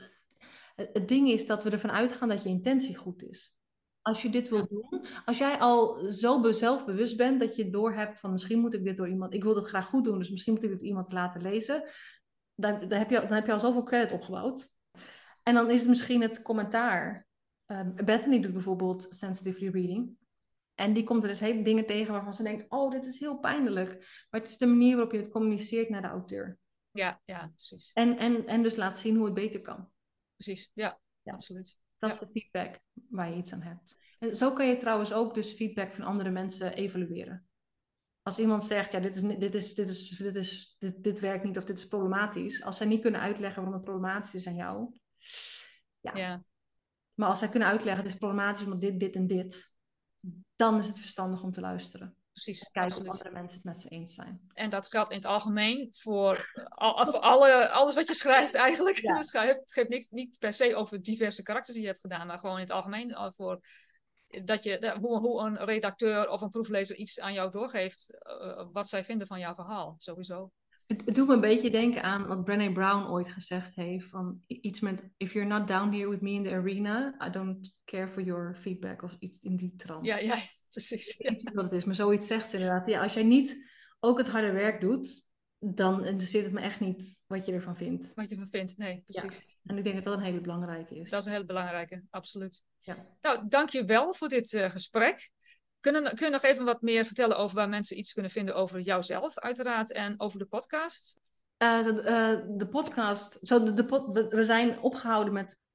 het ding is dat we ervan uitgaan dat je intentie goed is. Als je dit wil ja. doen, als jij al zo zelfbewust bent dat je doorhebt van misschien moet ik dit door iemand, ik wil dat graag goed doen, dus misschien moet ik dit iemand laten lezen, dan, dan, heb, je, dan heb je al zoveel credit opgebouwd. En dan is het misschien het commentaar. Uh, Bethany doet bijvoorbeeld sensitivity reading. En die komt er dus hele dingen tegen waarvan ze denkt, oh, dit is heel pijnlijk. Maar het is de manier waarop je het communiceert naar de auteur. Ja, ja, precies. En, en, en dus laat zien hoe het beter kan. Precies, ja, ja. absoluut. Dat ja. is de feedback waar je iets aan hebt. En zo kan je trouwens ook dus feedback van andere mensen evalueren. Als iemand zegt, ja, dit, is, dit, is, dit, is, dit, is, dit, dit werkt niet of dit is problematisch. Als zij niet kunnen uitleggen waarom het problematisch is aan jou. Ja. ja. Maar als zij kunnen uitleggen, het is problematisch omdat dit, dit en dit. Dan is het verstandig om te luisteren. Precies, kijken absoluut. of andere mensen het met ze eens zijn. En dat geldt in het algemeen voor, al, voor alle, alles wat je schrijft eigenlijk. Ja. Het geeft niks, niet per se over diverse karakters die je hebt gedaan, maar gewoon in het algemeen voor dat je, hoe, hoe een redacteur of een proeflezer iets aan jou doorgeeft, uh, wat zij vinden van jouw verhaal, sowieso. Het, het doet me een beetje denken aan wat Brené Brown ooit gezegd heeft, van iets met, if you're not down here with me in the arena, I don't care for your feedback, of iets in die trant. Ja, ja, precies. Ik weet niet wat het is, maar zoiets zegt ze inderdaad. Ja, als jij niet ook het harde werk doet, dan interesseert het me echt niet wat je ervan vindt. Wat je ervan vindt, nee, precies. Ja. En ik denk dat dat een hele belangrijke is. Dat is een hele belangrijke, absoluut. Ja. Nou, dank je wel voor dit uh, gesprek. Kun je, kun je nog even wat meer vertellen over waar mensen iets kunnen vinden over jouzelf, uiteraard, en over de podcast? Uh, de, uh, de podcast, zo de, de pod, we zijn opgehouden met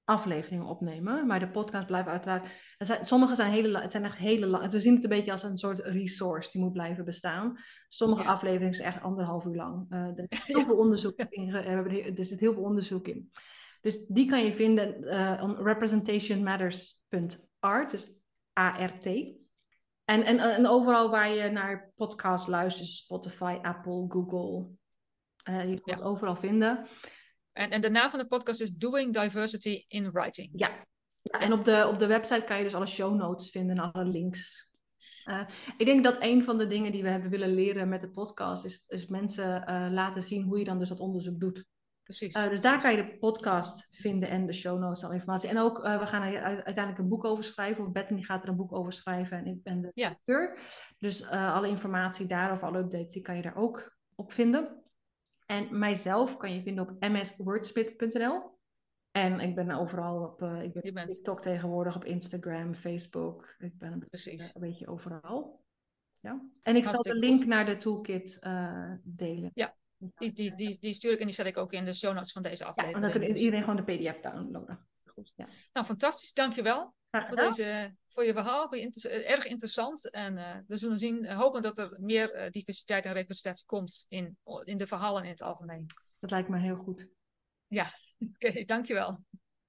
afleveringen opnemen. Maar de podcast blijft uiteraard... Het zijn, sommige zijn hele lang. Het zijn echt hele lang. We zien het een beetje als een soort resource die moet blijven bestaan. Sommige Ja. afleveringen zijn echt anderhalf uur lang. Uh, er is heel veel onderzoek in. Er zit heel veel onderzoek in. Dus die kan je vinden uh, op representation matters punt art. Dus A R T. En, en, en overal waar je naar podcasts luistert, Spotify, Apple, Google. Uh, je kan het ja. overal vinden. En, en de naam van de podcast is Doing Diversity in Writing. Ja, ja en op de, op de website kan je dus alle show notes vinden en alle links. Uh, ik denk dat een van de dingen die we hebben willen leren met de podcast is, is mensen uh, laten zien hoe je dan dus dat onderzoek doet. Precies. Uh, dus daar kan je de podcast vinden en de show notes, alle informatie. En ook, uh, we gaan er uiteindelijk een boek over schrijven. Of Bethany gaat er een boek over schrijven en ik ben de auteur. Ja. Dus uh, alle informatie daarover, alle updates, die kan je daar ook op vinden. En mijzelf kan je vinden op m s wordsmith punt n l. En ik ben overal op uh, ik ben op bent... TikTok tegenwoordig, op Instagram, Facebook. Ik ben een, beetje, een beetje overal. Ja. En ik zal de link goed. naar de toolkit uh, delen. Ja, die, die, die, die stuur ik en die zet ik ook in de show notes van deze aflevering. Ja, en dan kan iedereen gewoon de P D F downloaden. Goed. Ja. Nou, fantastisch. Dankjewel voor, deze, voor je verhaal. Voor je inter- erg interessant. En uh, we zullen zien, uh, hopen dat er meer uh, diversiteit en representatie komt in, in de verhalen in het algemeen. Dat lijkt me heel goed. Ja, oké, okay, dankjewel.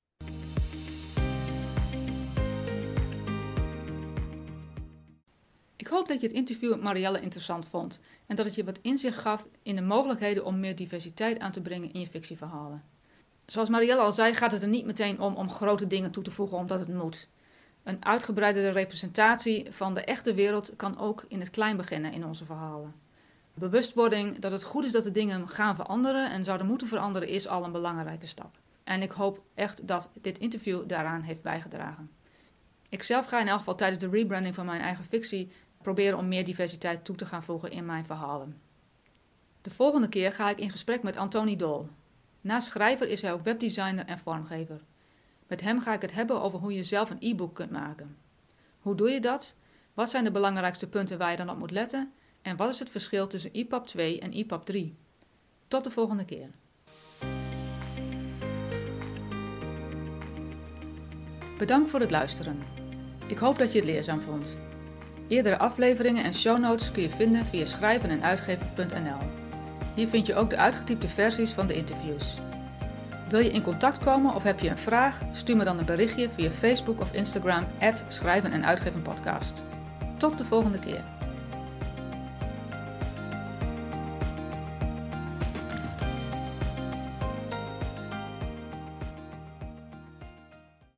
Ik hoop dat je het interview met Marielle interessant vond en dat het je wat inzicht gaf in de mogelijkheden om meer diversiteit aan te brengen in je fictieverhalen. Zoals Marielle al zei, gaat het er niet meteen om om grote dingen toe te voegen omdat het moet. Een uitgebreidere representatie van de echte wereld kan ook in het klein beginnen in onze verhalen. Bewustwording dat het goed is dat de dingen gaan veranderen en zouden moeten veranderen is al een belangrijke stap. En ik hoop echt dat dit interview daaraan heeft bijgedragen. Ikzelf ga in elk geval tijdens de rebranding van mijn eigen fictie proberen om meer diversiteit toe te gaan voegen in mijn verhalen. De volgende keer ga ik in gesprek met Anthony Doll. Naast schrijver is hij ook webdesigner en vormgever. Met hem ga ik het hebben over hoe je zelf een e-book kunt maken. Hoe doe je dat? Wat zijn de belangrijkste punten waar je dan op moet letten? En wat is het verschil tussen E P U B twee en E P U B drie? Tot de volgende keer. Bedankt voor het luisteren. Ik hoop dat je het leerzaam vond. Eerdere afleveringen en show notes kun je vinden via schrijven en uitgeven punt n l. Hier vind je ook de uitgetypte versies van de interviews. Wil je in contact komen of heb je een vraag? Stuur me dan een berichtje via Facebook of Instagram at schrijven en uitgeven podcast. Tot de volgende keer.